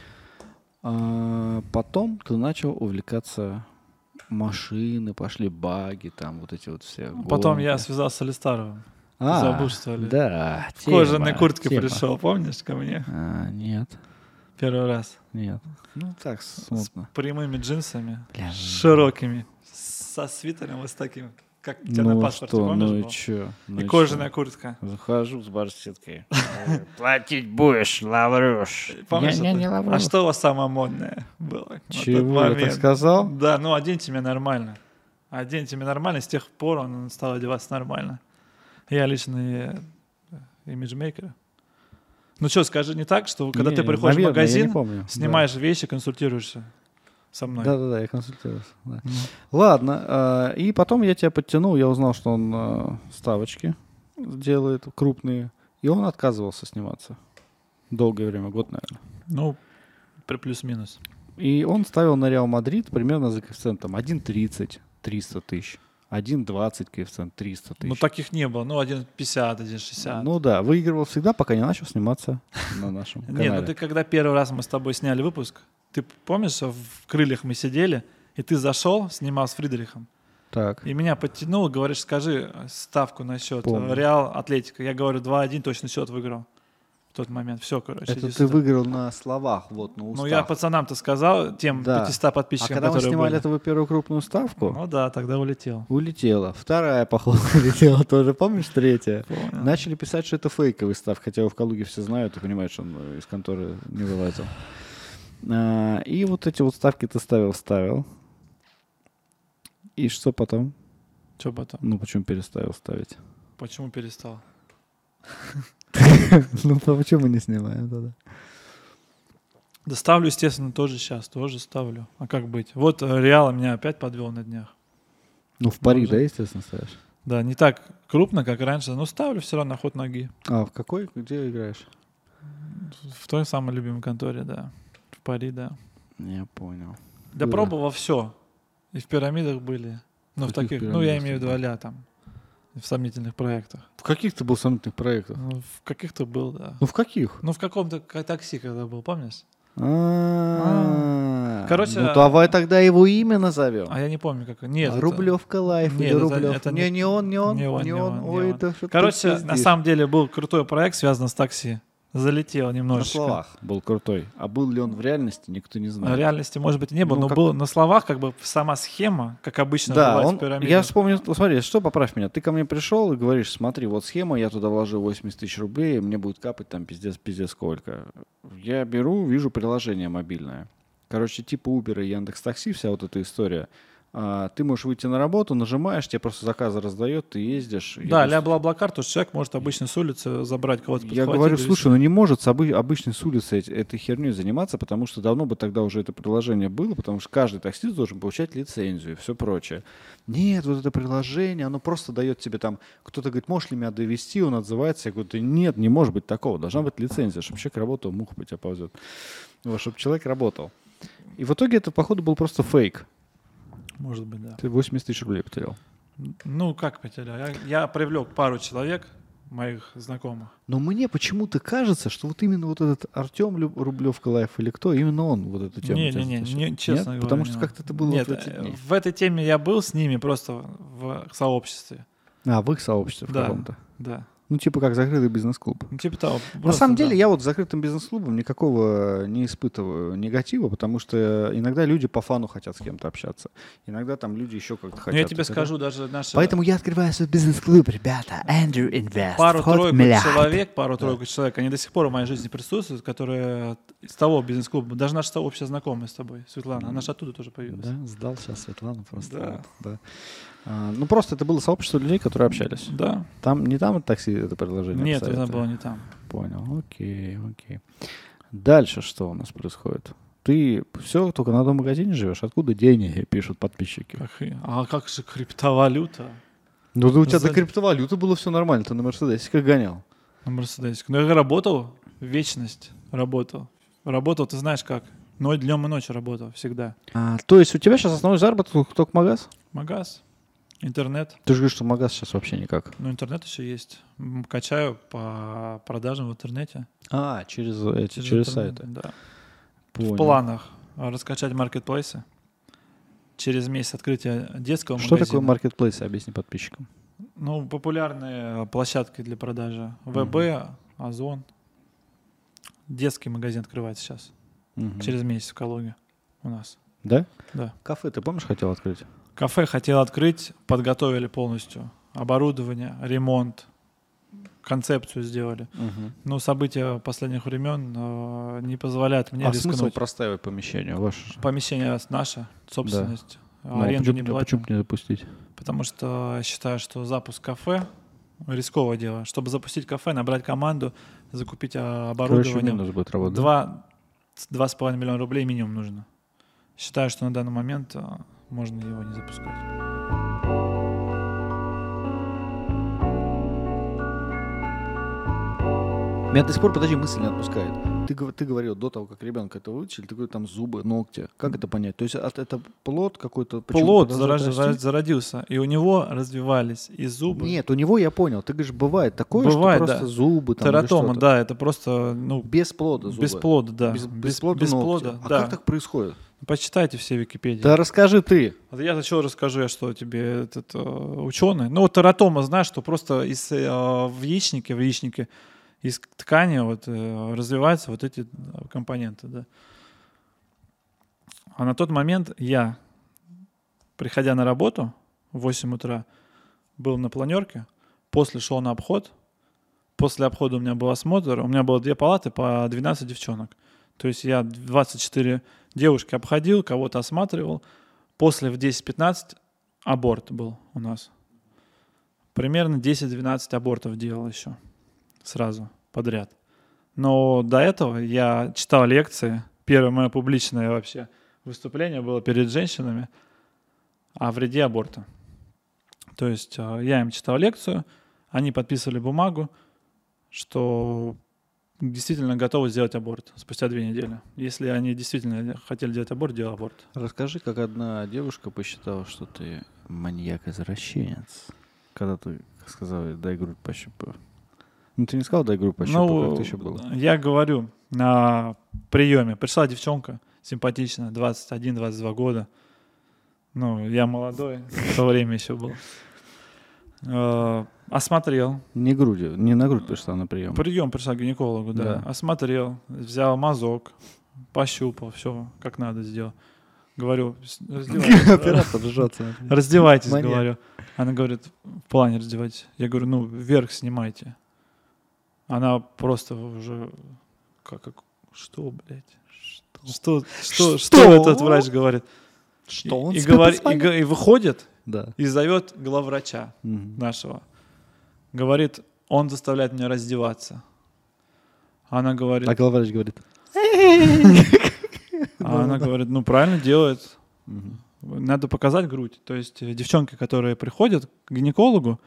Потом ты начал увлекаться машины, пошли баги, там вот эти вот все. Потом я гонки. связался с Алистаровым. Забыл, что ли? Да, В кожаной тема, куртке тема. пришел, помнишь, ко мне? Нет, Первый раз. нет. Ну так, С смутно. прямыми джинсами, Бля, широкими, со свитером вот с таким, как у тебя на паспорте, помнишь, ну и был? чё? Ну И чё? кожаная куртка. Захожу с барсеткой. Платить будешь, лаврешь. Помнишь Не это? лавру. А что у вас самое модное было? в тот Чего, я так момент? сказал? Да, ну оденьте меня нормально. Оденьте меня нормально, с тех пор он стал одеваться нормально. Я личный имиджмейкер. Ну что, скажи не так, что когда ты приходишь наверное, в магазин, я не помню. снимаешь вещи, консультируешься со мной. Да, я консультировался. Да. Ладно, и потом я тебя подтянул, я узнал, что он ставочки делает крупные, и он отказывался сниматься. Долгое время, год, наверное. Ну, плюс-минус. И он ставил на Реал Мадрид примерно за коэффициентом 1,30, 300 тысяч. 1,20 коэффициент, 300 тысяч. Ну, таких не было. Ну, 1,50, 1,60. Ну да, выигрывал всегда, пока не начал сниматься на нашем канале. Нет, ну ты когда первый раз мы с тобой сняли выпуск, ты помнишь, в «Крыльях» мы сидели, и ты зашел, снимал с Фридрихом, Так, и меня подтянул, говоришь, скажи ставку на счет Помню. Реал Атлетика. Я говорю, 2-1, точно счет выиграл в тот момент. Все, короче. это иди ты сюда. выиграл на словах, вот, на устах. Ну, я пацанам-то сказал, тем Да. 500 А подписчикам, когда мы которые снимали были. эту первую крупную ставку, Ну да, тогда улетел. улетела. Вторая, походу, улетела тоже. Помнишь, третья? Помню. Начали писать, что это фейковый став, хотя его в Калуге все знают и понимают, что он из конторы не вылазил. И вот эти вот ставки ты ставил. И что потом? Что потом? Ну, почему переставил ставить? Почему перестал? Ну, почему не снимаем тогда? Да ставлю, естественно, тоже сейчас, тоже ставлю. А как быть? Вот Реал меня опять подвел на днях. Ну, в пари, Может. да, естественно, ставишь? Да, не так крупно, как раньше, но ставлю все равно ход ноги. А в какой? Где играешь? В той самой любимой конторе, да. В Пари, да. Я понял. Да Да. пробовал все. И в пирамидах были. Ну, в Каких таких, ну, я пирамидах имею в ты виду был? а-ля там. В сомнительных проектах. В каких ты был сомнительных проектах? Ну, в каких-то был, да. Ну, в каких? Ну, в каком-то такси, когда был, помнишь? Ну, Короче, давай тогда его имя назовем. А я не помню, как. Нет, это- Рублевка Лайф Нет, или это- Рублевка. это Не он. не он. Ой, не это он. что ты Короче, на пиздишь. самом деле был крутой проект, связан с такси. залетел На немножечко. словах был крутой. А был ли он в реальности, никто не В знает. реальности, может быть, и не был, Ну, но как- был на словах как бы сама схема, как обычно Да, бывает он, в пирамидах. я вспомнил, смотри, что, поправь меня, ты ко мне пришел и говоришь, смотри, вот схема, я туда вложил 80 тысяч рублей, и мне будет капать там пиздец сколько. Я беру, вижу приложение мобильное. Короче, типа Uber и Яндекс.Такси, вся вот эта история. Ты можешь выйти на работу, нажимаешь, тебе просто заказы раздает, ты ездишь. Да, Я ля бла-бла-кар, то есть человек может обычно с улицы забрать кого-то, Я подхватить, говорю, довести. слушай, ну не может обычный с улицы этой херней заниматься, потому что давно бы тогда уже это приложение было, потому что каждый таксист должен получать лицензию и все прочее. Нет, вот это приложение, оно просто дает тебе там, кто-то говорит, можешь ли меня довести, он отзывается, я говорю, да нет, не может быть такого, должна быть лицензия, чтобы человек работал, муха по тебя ползет. Вот, чтобы человек работал. И в итоге это, походу, был просто фейк. Может быть, да. Ты 80 тысяч рублей потерял. Ну, как потерял? Я привлек пару человек, моих знакомых. Но мне почему-то кажется, что вот именно вот этот Артем Рублев-Калаев или кто, именно он вот эту тему. Не, честно говоря. Потому что не. как-то это было Нет, вот в эти дни. в этой теме я был с ними просто в сообществе. В их сообществе в Да. каком-то. Да. Ну, типа как закрытый бизнес-клуб. Ну, типа того. На просто, самом да. деле, я вот с закрытым бизнес-клубом никакого не испытываю негатива, потому что иногда люди по фану хотят с кем-то общаться. Иногда там люди еще как-то хотят. Ну, я тебе Это- скажу, даже наши Поэтому я открываю свой бизнес-клуб, ребята. Andrew Invest. Вход пару-тройку миллиард. человек, пару-тройку человек, они до сих пор в моей жизни присутствуют, которые из того бизнес-клуба, даже наша общая знакомая с тобой, Светлана, она же оттуда тоже появилась. Да, сдал сейчас Светлана просто. Да. Вот, да. Ну, просто это было сообщество людей, которые общались. Да. Там не там такси это предложение. Нет, это посоветовали? было не там. Понял, окей. Дальше что у нас происходит? Ты все только на одном магазине живешь? Откуда деньги, пишут подписчики? А как же криптовалюта Ну, да у тебя За- до криптовалюты было все нормально, ты на Мерседесе как гонял. на Мерседесе? Ну, я работал, вечность работал. Работал, ты знаешь как, днем и ночью работал, всегда. То есть у тебя сейчас основной заработок только магаз? Магаз, интернет. Ты же говоришь, что магаз сейчас вообще никак. Ну, интернет еще есть. Качаю по продажам в интернете. Через интернет, сайты. Да. Понял. В планах раскачать маркетплейсы. Через месяц открытия детского Что магазина. такое маркетплейс? Объясни подписчикам. Ну, популярные площадки для продажи. ВБ, Озон. Детский магазин открывается сейчас. Мгм. Через месяц в Калуге у нас. Да? Да. Кафе ты помнишь хотел открыть? Кафе хотел открыть, подготовили полностью. Оборудование, ремонт, концепцию сделали. Но события последних времен не позволяют мне смысл рискнуть. простаивать помещение? Ваше? Помещение наша, собственность. Ну, Аренду не почему платим. не запустить? Потому что я считаю, что запуск кафе рисковое дело. Чтобы запустить кафе, набрать команду, закупить Короче, оборудование. минус будет работать. да? 2,5 миллиона рублей минимум нужно. Считаю, что на данный момент можно его не запускать. Меня до сих пор, подожди, мысль не отпускает. Ты говорил до того, как ребенка это вытащили, ты говорил, там зубы, ногти. Как это понять? То есть это плод какой-то? почему Плод продолжает расти? зародился, и у него развивались и зубы. Нет, у него я понял. Ты говоришь, бывает такое, Бывает, что просто да. зубы там или Тератома, что-то. да, это просто, Без плода зубы. без плода, да. Без плода без ногти. плода, А да. как так происходит? Почитайте все Википедии. Да расскажи ты. А я что расскажу, я что тебе этот ученый? Ну вот тератома, знаешь, что просто в яичнике из ткани развиваются вот эти компоненты, да. А на тот момент я, приходя на работу в 8 утра, был на планерке, после шел на обход, после обхода у меня был осмотр, у меня было 2 палаты по 12 девчонок. То есть я 24 девушки обходил, кого-то осматривал. После в 10-15 аборт был у нас. Примерно 10-12 абортов делал еще сразу подряд. Но до этого я читал лекции. Первое мое публичное вообще выступление было перед женщинами о вреде аборта. То есть я им читал лекцию, они подписывали бумагу, что действительно готовы сделать аборт спустя 2 недели. Если они действительно хотели делать аборт, делай аборт. Расскажи, как одна девушка посчитала, что ты маньяк-извращенец. Когда ты сказал, дай грудь пощупаю. Ну, ты не сказал, дай грудь пощупаю, как ты еще было? Я говорю, на приеме пришла девчонка симпатичная, 21-22 года. Ну, я молодой, в то время еще был. Осмотрел. Не грудью, не на грудь пришла на прием. Прием пришла к гинекологу, да. Да. Осмотрел, взял мазок, пощупал, все как надо сделал. Говорю, раздевайтесь. Оператор ржется. Раздевайтесь, Маньяк. говорю. Она говорит, в плане раздевайтесь. Я говорю, ну, вверх снимайте. Она просто уже, что, блядь? Что этот врач говорит? Что он И себе говорит, позволил? и выходит Да. и зовет главврача Мгм. нашего. Говорит, он заставляет меня раздеваться. Она говорит, А главврач говорит. она говорит, ну правильно делает. Мгм. Надо показать грудь. То есть девчонки, которые приходят к гинекологу,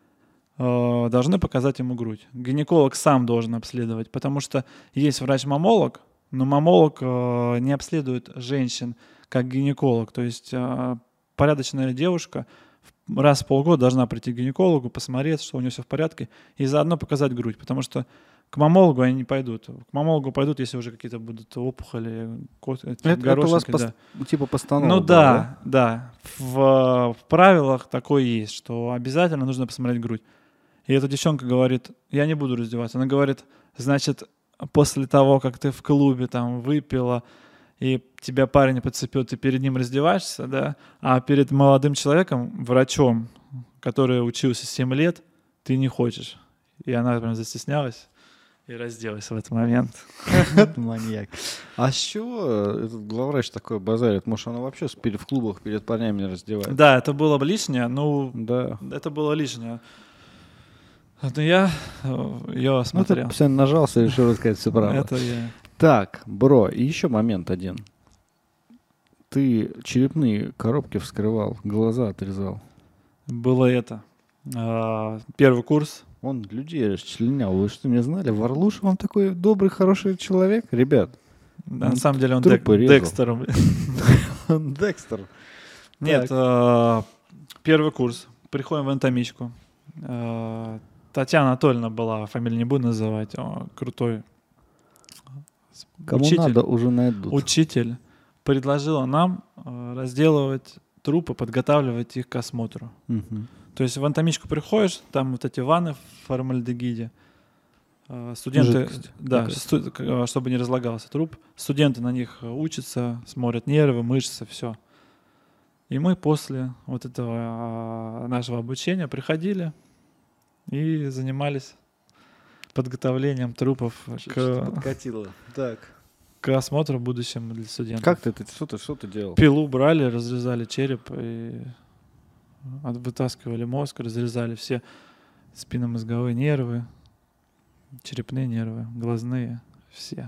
должны показать ему грудь. Гинеколог сам должен обследовать, потому что есть врач-мамолог, но мамолог не обследует женщин как гинеколог. То есть порядочная девушка раз в полгода должна прийти к гинекологу, посмотреть, что у нее все в порядке, и заодно показать грудь, потому что к мамологу они не пойдут. К мамологу пойдут, если уже какие-то будут опухоли, Это у вас горошинки, да. типа постанова. Ну была, да. В правилах такое есть, что обязательно нужно посмотреть грудь. И эта девчонка говорит, я не буду раздеваться. Она говорит, значит, после того, как ты в клубе там выпила, и тебя парень подцепил, ты перед ним раздеваешься, да, а перед молодым человеком, врачом, который учился 7 лет, ты не хочешь. И она прям застеснялась и разделась в этот момент. Это маньяк. А с чего этот главврач такой базарит? Может, она вообще в клубах перед парнями не раздевает? Да, это было бы лишнее, ну, Да. это было лишнее. Это я ее Ну, осмотрел. ты постоянно нажался и решил рассказать все правду. Это я. Так, бро, и еще момент один. Ты черепные коробки вскрывал, глаза отрезал. Было это. Первый курс. Он людей расчленял. Вы что, не знали? Варлуша, он такой добрый, хороший человек. Ребят, Да, на самом деле он трупы резал. Декстером. он Декстер. Нет, первый курс. Приходим в анатомичку. Татьяна Анатольевна была, фамилию не буду называть, крутой Кому учитель. надо, уже найдут. Учитель предложила нам разделывать трупы, подготавливать их к осмотру. Мгм. То есть в анатомичку приходишь, там вот эти ванны в формальдегиде. Студенты, Жидкость да, какая-то. чтобы не разлагался труп. Студенты на них учатся, смотрят нервы, мышцы, все. И мы после вот этого нашего обучения приходили и занимались подготовлением трупов Что-то подкатило. Так. к осмотру будущему для студентов. Как ты, что ты делал? Пилу брали, разрезали череп и вытаскивали мозг, разрезали все спинномозговые нервы, черепные нервы, глазные, все.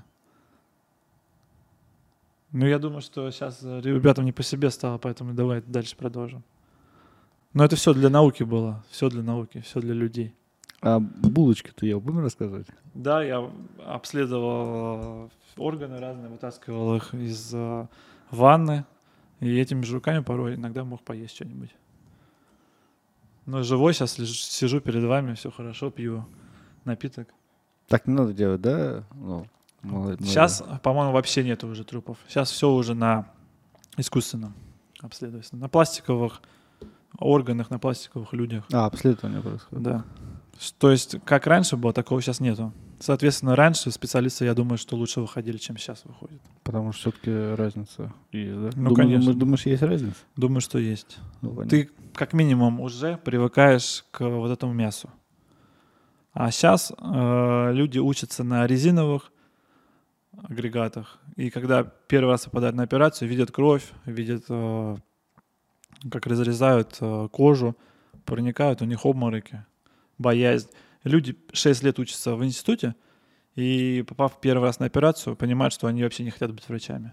Ну, я думаю, что сейчас ребятам не по себе стало, поэтому давай дальше продолжим. Но это все для науки было, все для науки, все для людей. А булочки ты ел, будем рассказывать? Да, я обследовал органы разные, вытаскивал их из ванны, и этими же руками порой иногда мог поесть что-нибудь. Но живой сейчас сижу перед вами, все хорошо, пью напиток. Так не надо делать, да? Ну, молодец. Сейчас, по-моему, вообще нету уже трупов. Сейчас все уже на искусственном обследуется. На пластиковых органах, на пластиковых людях. А, обследование происходит. Да. То есть, как раньше было, такого сейчас нету. Соответственно, раньше специалисты, я думаю, что лучше выходили, чем сейчас выходят. Потому что все-таки разница есть, да? Ну, конечно. Думаешь, есть разница? Думаю, что есть. Ну, понятно. Ты, как минимум, уже привыкаешь к вот этому мясу. А сейчас люди учатся на резиновых агрегатах. И когда первый раз попадают на операцию, видят кровь, видят, как разрезают кожу, проникают, у них обмороки, боязнь. Люди 6 лет учатся в институте, и попав первый раз на операцию, понимают, что они вообще не хотят быть врачами.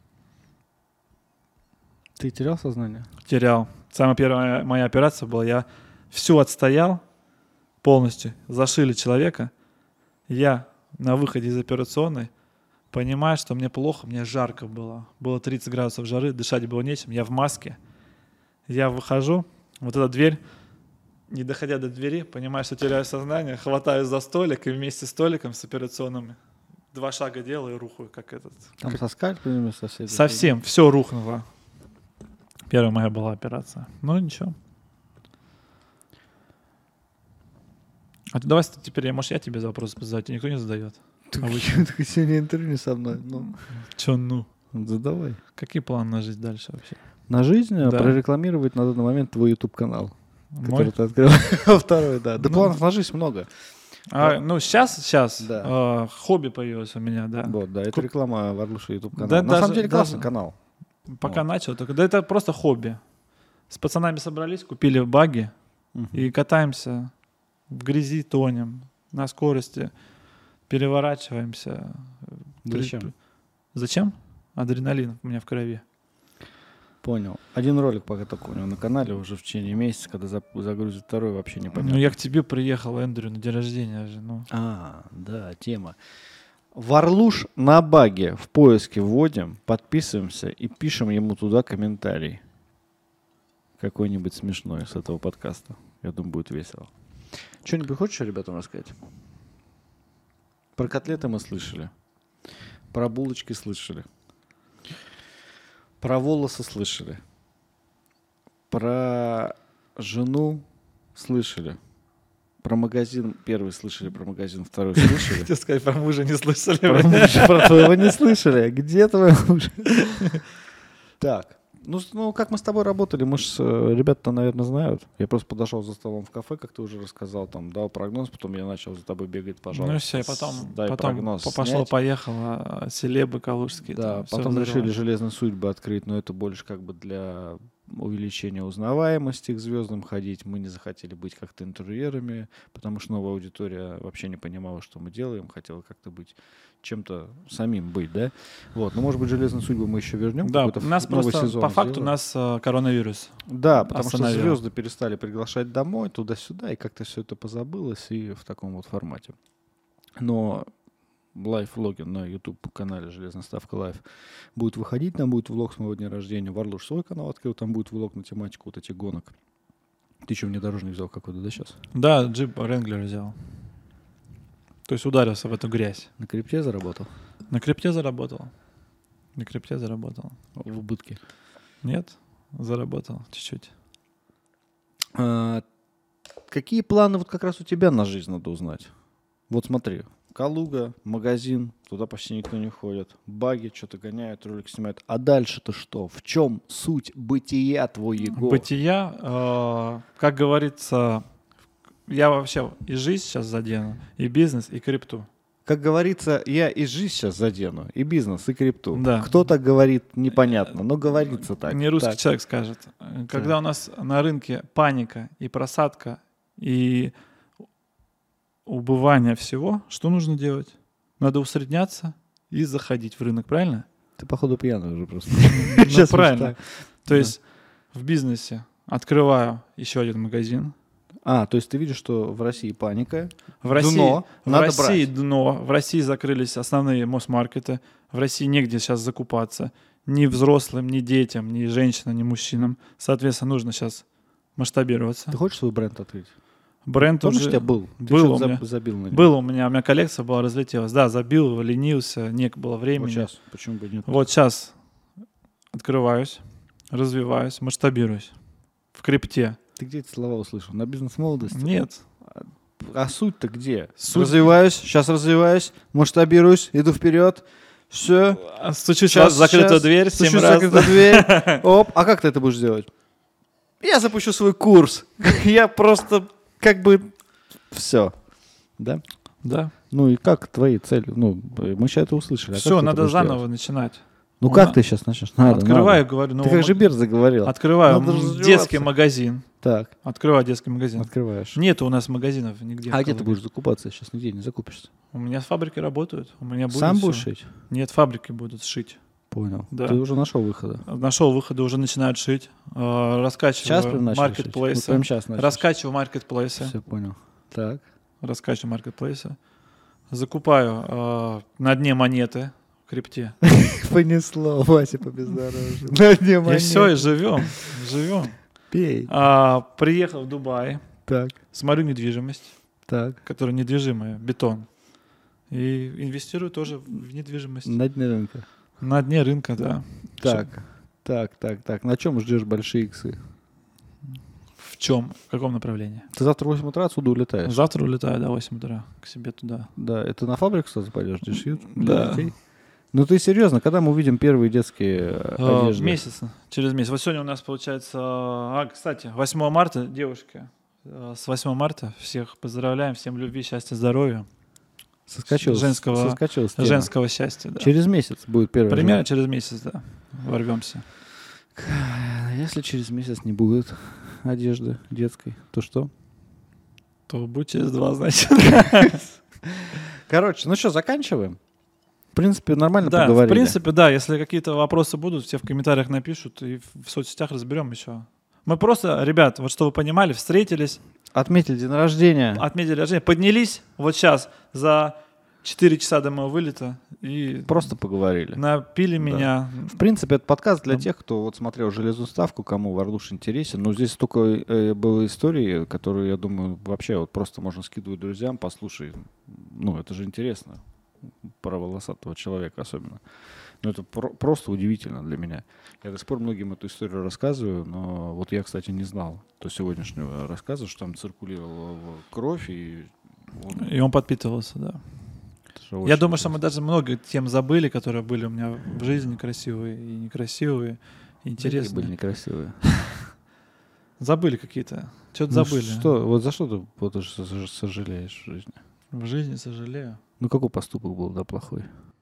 Ты терял сознание? Терял. Самая первая моя операция была, я всю отстоял полностью, зашили человека. Я на выходе из операционной понимаю, что мне плохо, мне жарко было. Было 30 градусов жары, дышать было нечем, я в маске. Я выхожу, вот эта дверь, не доходя до двери, понимаю, что теряю сознание, хватаюсь за столик и вместе с столиком, с операционным, 2 шага делаю и рухаю, как этот. Там со скальпелями соседи? Совсем, все рухнуло. Первая моя была операция. Ну ничего. А ты давай теперь, может, я тебе вопрос задать, никто не задает. Ты Обычно. сегодня интервью со мной. Ну, Че, ну? задавай. Какие планы на жизнь дальше вообще? На жизнь Да. прорекламировать на данный момент твой YouTube-канал, Мой? который ты открыл. Второй, да. Да планов на жизнь много. Ну, сейчас Да. хобби появилось у меня, да. Вот, да, это Куп- реклама Варлуша YouTube-канала. Да, На даже- самом деле классный даже- канал. Пока Вот. начал только. Да это просто хобби. С пацанами собрались, купили баги и катаемся в грязи, тонем, на скорости, переворачиваемся. Зачем? Зачем? Адреналин у меня в крови. Понял. Один ролик пока только у него на канале уже в течение месяца, когда загрузит второй, вообще не Ну, понятно. я к тебе приехал, Эндрю, на день рождения же. Ну. Да, тема. Варлуш на баге в поиске вводим, подписываемся и пишем ему туда комментарий. Какой-нибудь смешной с этого подкаста. Я думаю, будет весело. Что-нибудь хочешь ребятам рассказать? Про котлеты мы слышали. Про булочки слышали. Про волосы слышали. Про жену слышали. Про магазин первый слышали, про магазин второй слышали. Хотел сказать, про мужа не слышали. Про мужа, про твоего не слышали. Где твой муж? Так. Ну, как мы с тобой работали, мы же ребята-то, наверное, знают. Я просто подошел за столом в кафе, как ты уже рассказал, там дал прогноз, потом я начал за тобой бегать, пожалуйста. Ну все, и потом дай прогноз снять. пошло-поехало, селебы калужские. Да, там всё потом решили взорвалось. «Железные судьбы» открыть, но это больше как бы для увеличения узнаваемости к звездам ходить. Мы не захотели быть как-то интервьюерами, потому что новая аудитория вообще не понимала, что мы делаем, хотела как-то быть чем-то самим быть, да? Вот, ну, может быть, «Железные судьбы» мы еще вернем. Да, какой-то у нас новый просто, сезон по факту, у сделаем. нас коронавирус. Да, потому что остановил. звезды перестали приглашать домой, туда-сюда, и как-то все это позабылось, и в таком вот формате. Но лайв-влоги на YouTube-канале «Железная ставка лайв» будет выходить, там будет влог с моего дня рождения. Варлуш свой канал открыл, там будет влог на тематику вот этих гонок. Ты еще внедорожник взял какой-то, да, сейчас? Да, джип Wrangler взял. То есть ударился в эту грязь. На крипте заработал? На крипте заработал. На крипте заработал. В убытке. Нет? Заработал чуть-чуть. Какие планы вот как раз у тебя на жизнь надо узнать? Вот смотри, Калуга, магазин, туда почти никто не ходит. Баги что-то гоняют, ролик снимают. А дальше-то что? В чем суть бытия твоего? Бытия, как говорится, я вообще и жизнь сейчас задену, и бизнес, и крипту. Как говорится, я и жизнь сейчас задену, и бизнес, и крипту. Да. Кто так говорит, непонятно, но говорится так. Не русский Так. человек скажет. Когда у нас на рынке паника и просадка, и убывание всего, что нужно делать? Надо усредняться и заходить в рынок, правильно? Ты, походу, пьяный уже просто. Ну, Сейчас правильно. уж так. То есть в бизнесе открываю еще один магазин. То есть ты видишь, что в России паника, В России, дно, в надо России брать. дно, в России закрылись основные мосс-маркеты, в России негде сейчас закупаться. Ни взрослым, ни детям, ни женщинам, ни мужчинам. Соответственно, нужно сейчас масштабироваться. Ты хочешь свой бренд открыть? Бренд Помнишь, уже у тебя был? Ты был что-то у меня. забил на него. был у меня коллекция была, разлетелась. Да, забил, ленился, не было Вот времени. сейчас. Почему бы нет? Вот сейчас открываюсь, развиваюсь, масштабируюсь в крипте. Ты где эти слова услышал? На бизнес-молодости? Нет. А суть-то где? Суть- Сейчас развиваюсь, масштабируюсь, иду вперед. Все. Стучу сейчас в закрытую дверь 7 стучу в раз. закрытую дверь. Оп. А как ты это будешь делать? Я запущу свой курс. Я просто как бы все. Да? Да. Ну и как твои цели? Ну, мы сейчас это услышали. А как Все, ты это надо будешь заново делать? начинать. Ну У как на- ты сейчас начнешь? Надо, Открываю, надо. говорю, Ты как же Берд заговорил. открываю Надо развиваться. детский магазин. Так, Открываю детский магазин. открываешь. Нету у нас магазинов нигде. в А где ты Калуге. будешь закупаться? Сейчас нигде не закупишься. У меня фабрики работают. У меня будет Сам всё. будешь шить? Нет, фабрики будут шить. Понял. Да. Ты уже нашел выхода. Нашел выходы, уже начинают шить. Раскачиваю Сейчас прям начал шить? Вот маркетплейсы. прям сейчас начал. Раскачиваю маркетплейсы. Все понял. Так. Раскачиваю маркетплейсы. Закупаю на дне монеты в крипте. Понесло, Вася по бездорожью. На дне И монет. все, и живем. Живем. Пей. Приехал в Дубай, Так, смотрю недвижимость, так. которая недвижимая, бетон. И инвестирую тоже в недвижимость. На дне рынка. На дне рынка, да. Так. Так. На чем ждешь большие иксы? чем? В каком направлении? Ты завтра в 8 утра отсюда улетаешь? Завтра улетаю, да, 8 утра к себе туда. Да, это на фабрику сразу пойдешь, где шьют для Да. детей? Ну ты серьезно, когда мы увидим первые детские одежды? Месяц, через месяц. Вот сегодня у нас получается... кстати, 8 марта, девушки, с 8 марта всех поздравляем, всем любви, счастья, здоровья. Соскочил с темы. Женского счастья, да. Через месяц будет первый. Примерно через месяц, да, ворвемся. Если через месяц не будет одежды детской, то что? То будет через 2, значит. Короче, ну что, заканчиваем? В принципе, нормально Да, поговорили. в принципе, да, если какие-то вопросы будут, все в комментариях напишут, и в соцсетях разберем еще. Мы просто, ребят, вот чтобы вы понимали, встретились, Отметили день рождения. отметили рождение, поднялись вот сейчас за 4 часа до моего вылета и Просто поговорили. напили Да. меня. В принципе, это подкаст для Да. тех, кто вот смотрел «Железную ставку», кому Варлуш интересен. Но здесь столько было историй, которые, я думаю, вообще вот просто можно скидывать друзьям, послушай. Ну, это же интересно. Про волосатого человека особенно. Ну, это просто удивительно для меня. Я до сих пор многим эту историю рассказываю, но вот я, кстати, не знал до сегодняшнего рассказа, что там циркулировала кровь, и И он подпитывался, да. это же Я очень думаю, что мы интересно. даже много тем забыли, которые были у меня в жизни, красивые и некрасивые, и Какие интересные. были некрасивые. Забыли какие-то. Что-то Ну, забыли. Что, вот за что ты вот сожалеешь в жизни? В жизни сожалею. Ну, какой поступок был, да, плохой?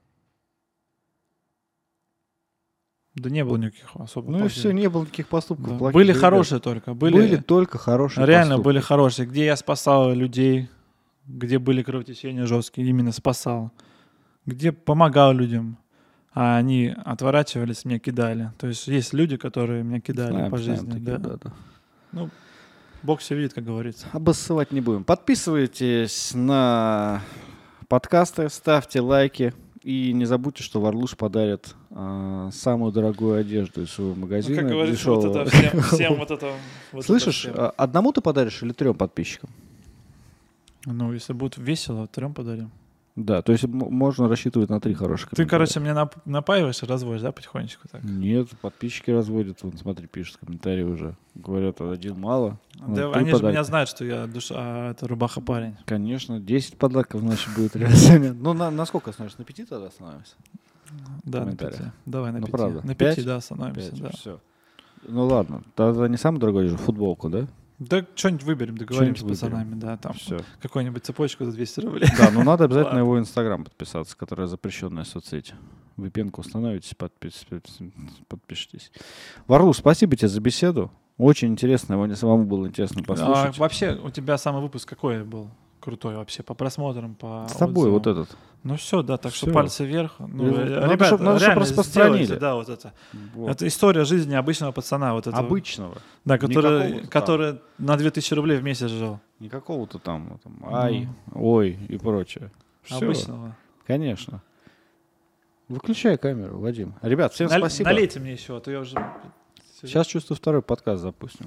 Да не было никаких особо Ну и плохих. все, не было никаких поступков Да. плохих. Были ребят. хорошие только. Были только хорошие Реально поступки. были хорошие. Где я спасал людей, где были кровотечения жесткие, именно спасал. Где помогал людям, а они отворачивались, меня кидали. То есть есть люди, которые меня кидали Знаем, по знаем жизни. такие, Да. да. Ну, Бог все видит, как говорится. Обоссывать не будем. Подписывайтесь на подкасты, ставьте лайки. И не забудьте, что Варлуш подарит самую дорогую одежду из своего Ну, магазина. как говорится, вот дешевого. это всем вот это. Вот Слышишь, это всем. одному ты подаришь или 3 подписчикам? Ну, если будет весело, 3 подарим. Да, то есть можно рассчитывать на 3 хороших Ты, комментария. короче, меня напаиваешь и разводишь, да, потихонечку так? Нет, подписчики разводят. Вон, смотри, пишут комментарии уже. Говорят, 1 мало. Ну, Да, 3 они же подарка. меня знают, что я душа, а это рубаха парень. Конечно, 10 подарков, значит, будет реально. Ну, на сколько остановишься? На 5 тогда остановимся? Да, на Комментариях. 5. Давай на Ну, 5. правда. На 5? 5, да, становимся, да. Все. Ну ладно, тогда не самый дорогой же футболку, да? Да что-нибудь выберем, договоримся с Что-нибудь выберем. пацанами, да, там Все. какую-нибудь цепочку за 200 рублей. Да, ну надо обязательно Ладно. его инстаграм подписаться, которая запрещенная соцсеть. VPN-ку установитесь, подпишитесь. Варлу, спасибо тебе за беседу. Очень интересно, мне самому было интересно послушать. Вообще, у тебя самый выпуск какой был? Крутой вообще, по просмотрам, по С тобой отзывам. вот этот. Ну все, да, так что Всё. пальцы вверх. Ну, Надо, ребята, чтоб реально распространили. сделайте, да, вот это. Вот. Это история жизни обычного пацана. Вот это, Обычного. Да, Не какого-то там. который на 2000 рублей в месяц жил. Не какого-то там, ай, ой и прочее. Всё. Обычного. Конечно. Выключай камеру, Вадим. Ребят, всем спасибо. Налейте мне еще, а то я уже... Сейчас чувствую, второй подкаст запустим.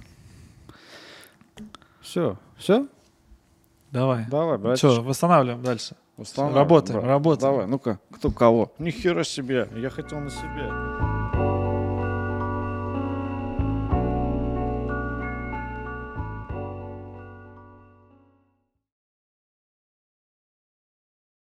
Все. Все? Давай. Давай, братишка. Что, восстанавливаем дальше. Восстанавливаем, Работаем, брат. работаем. Давай, ну-ка, кто кого? Ни хера себе, я хотел на себе.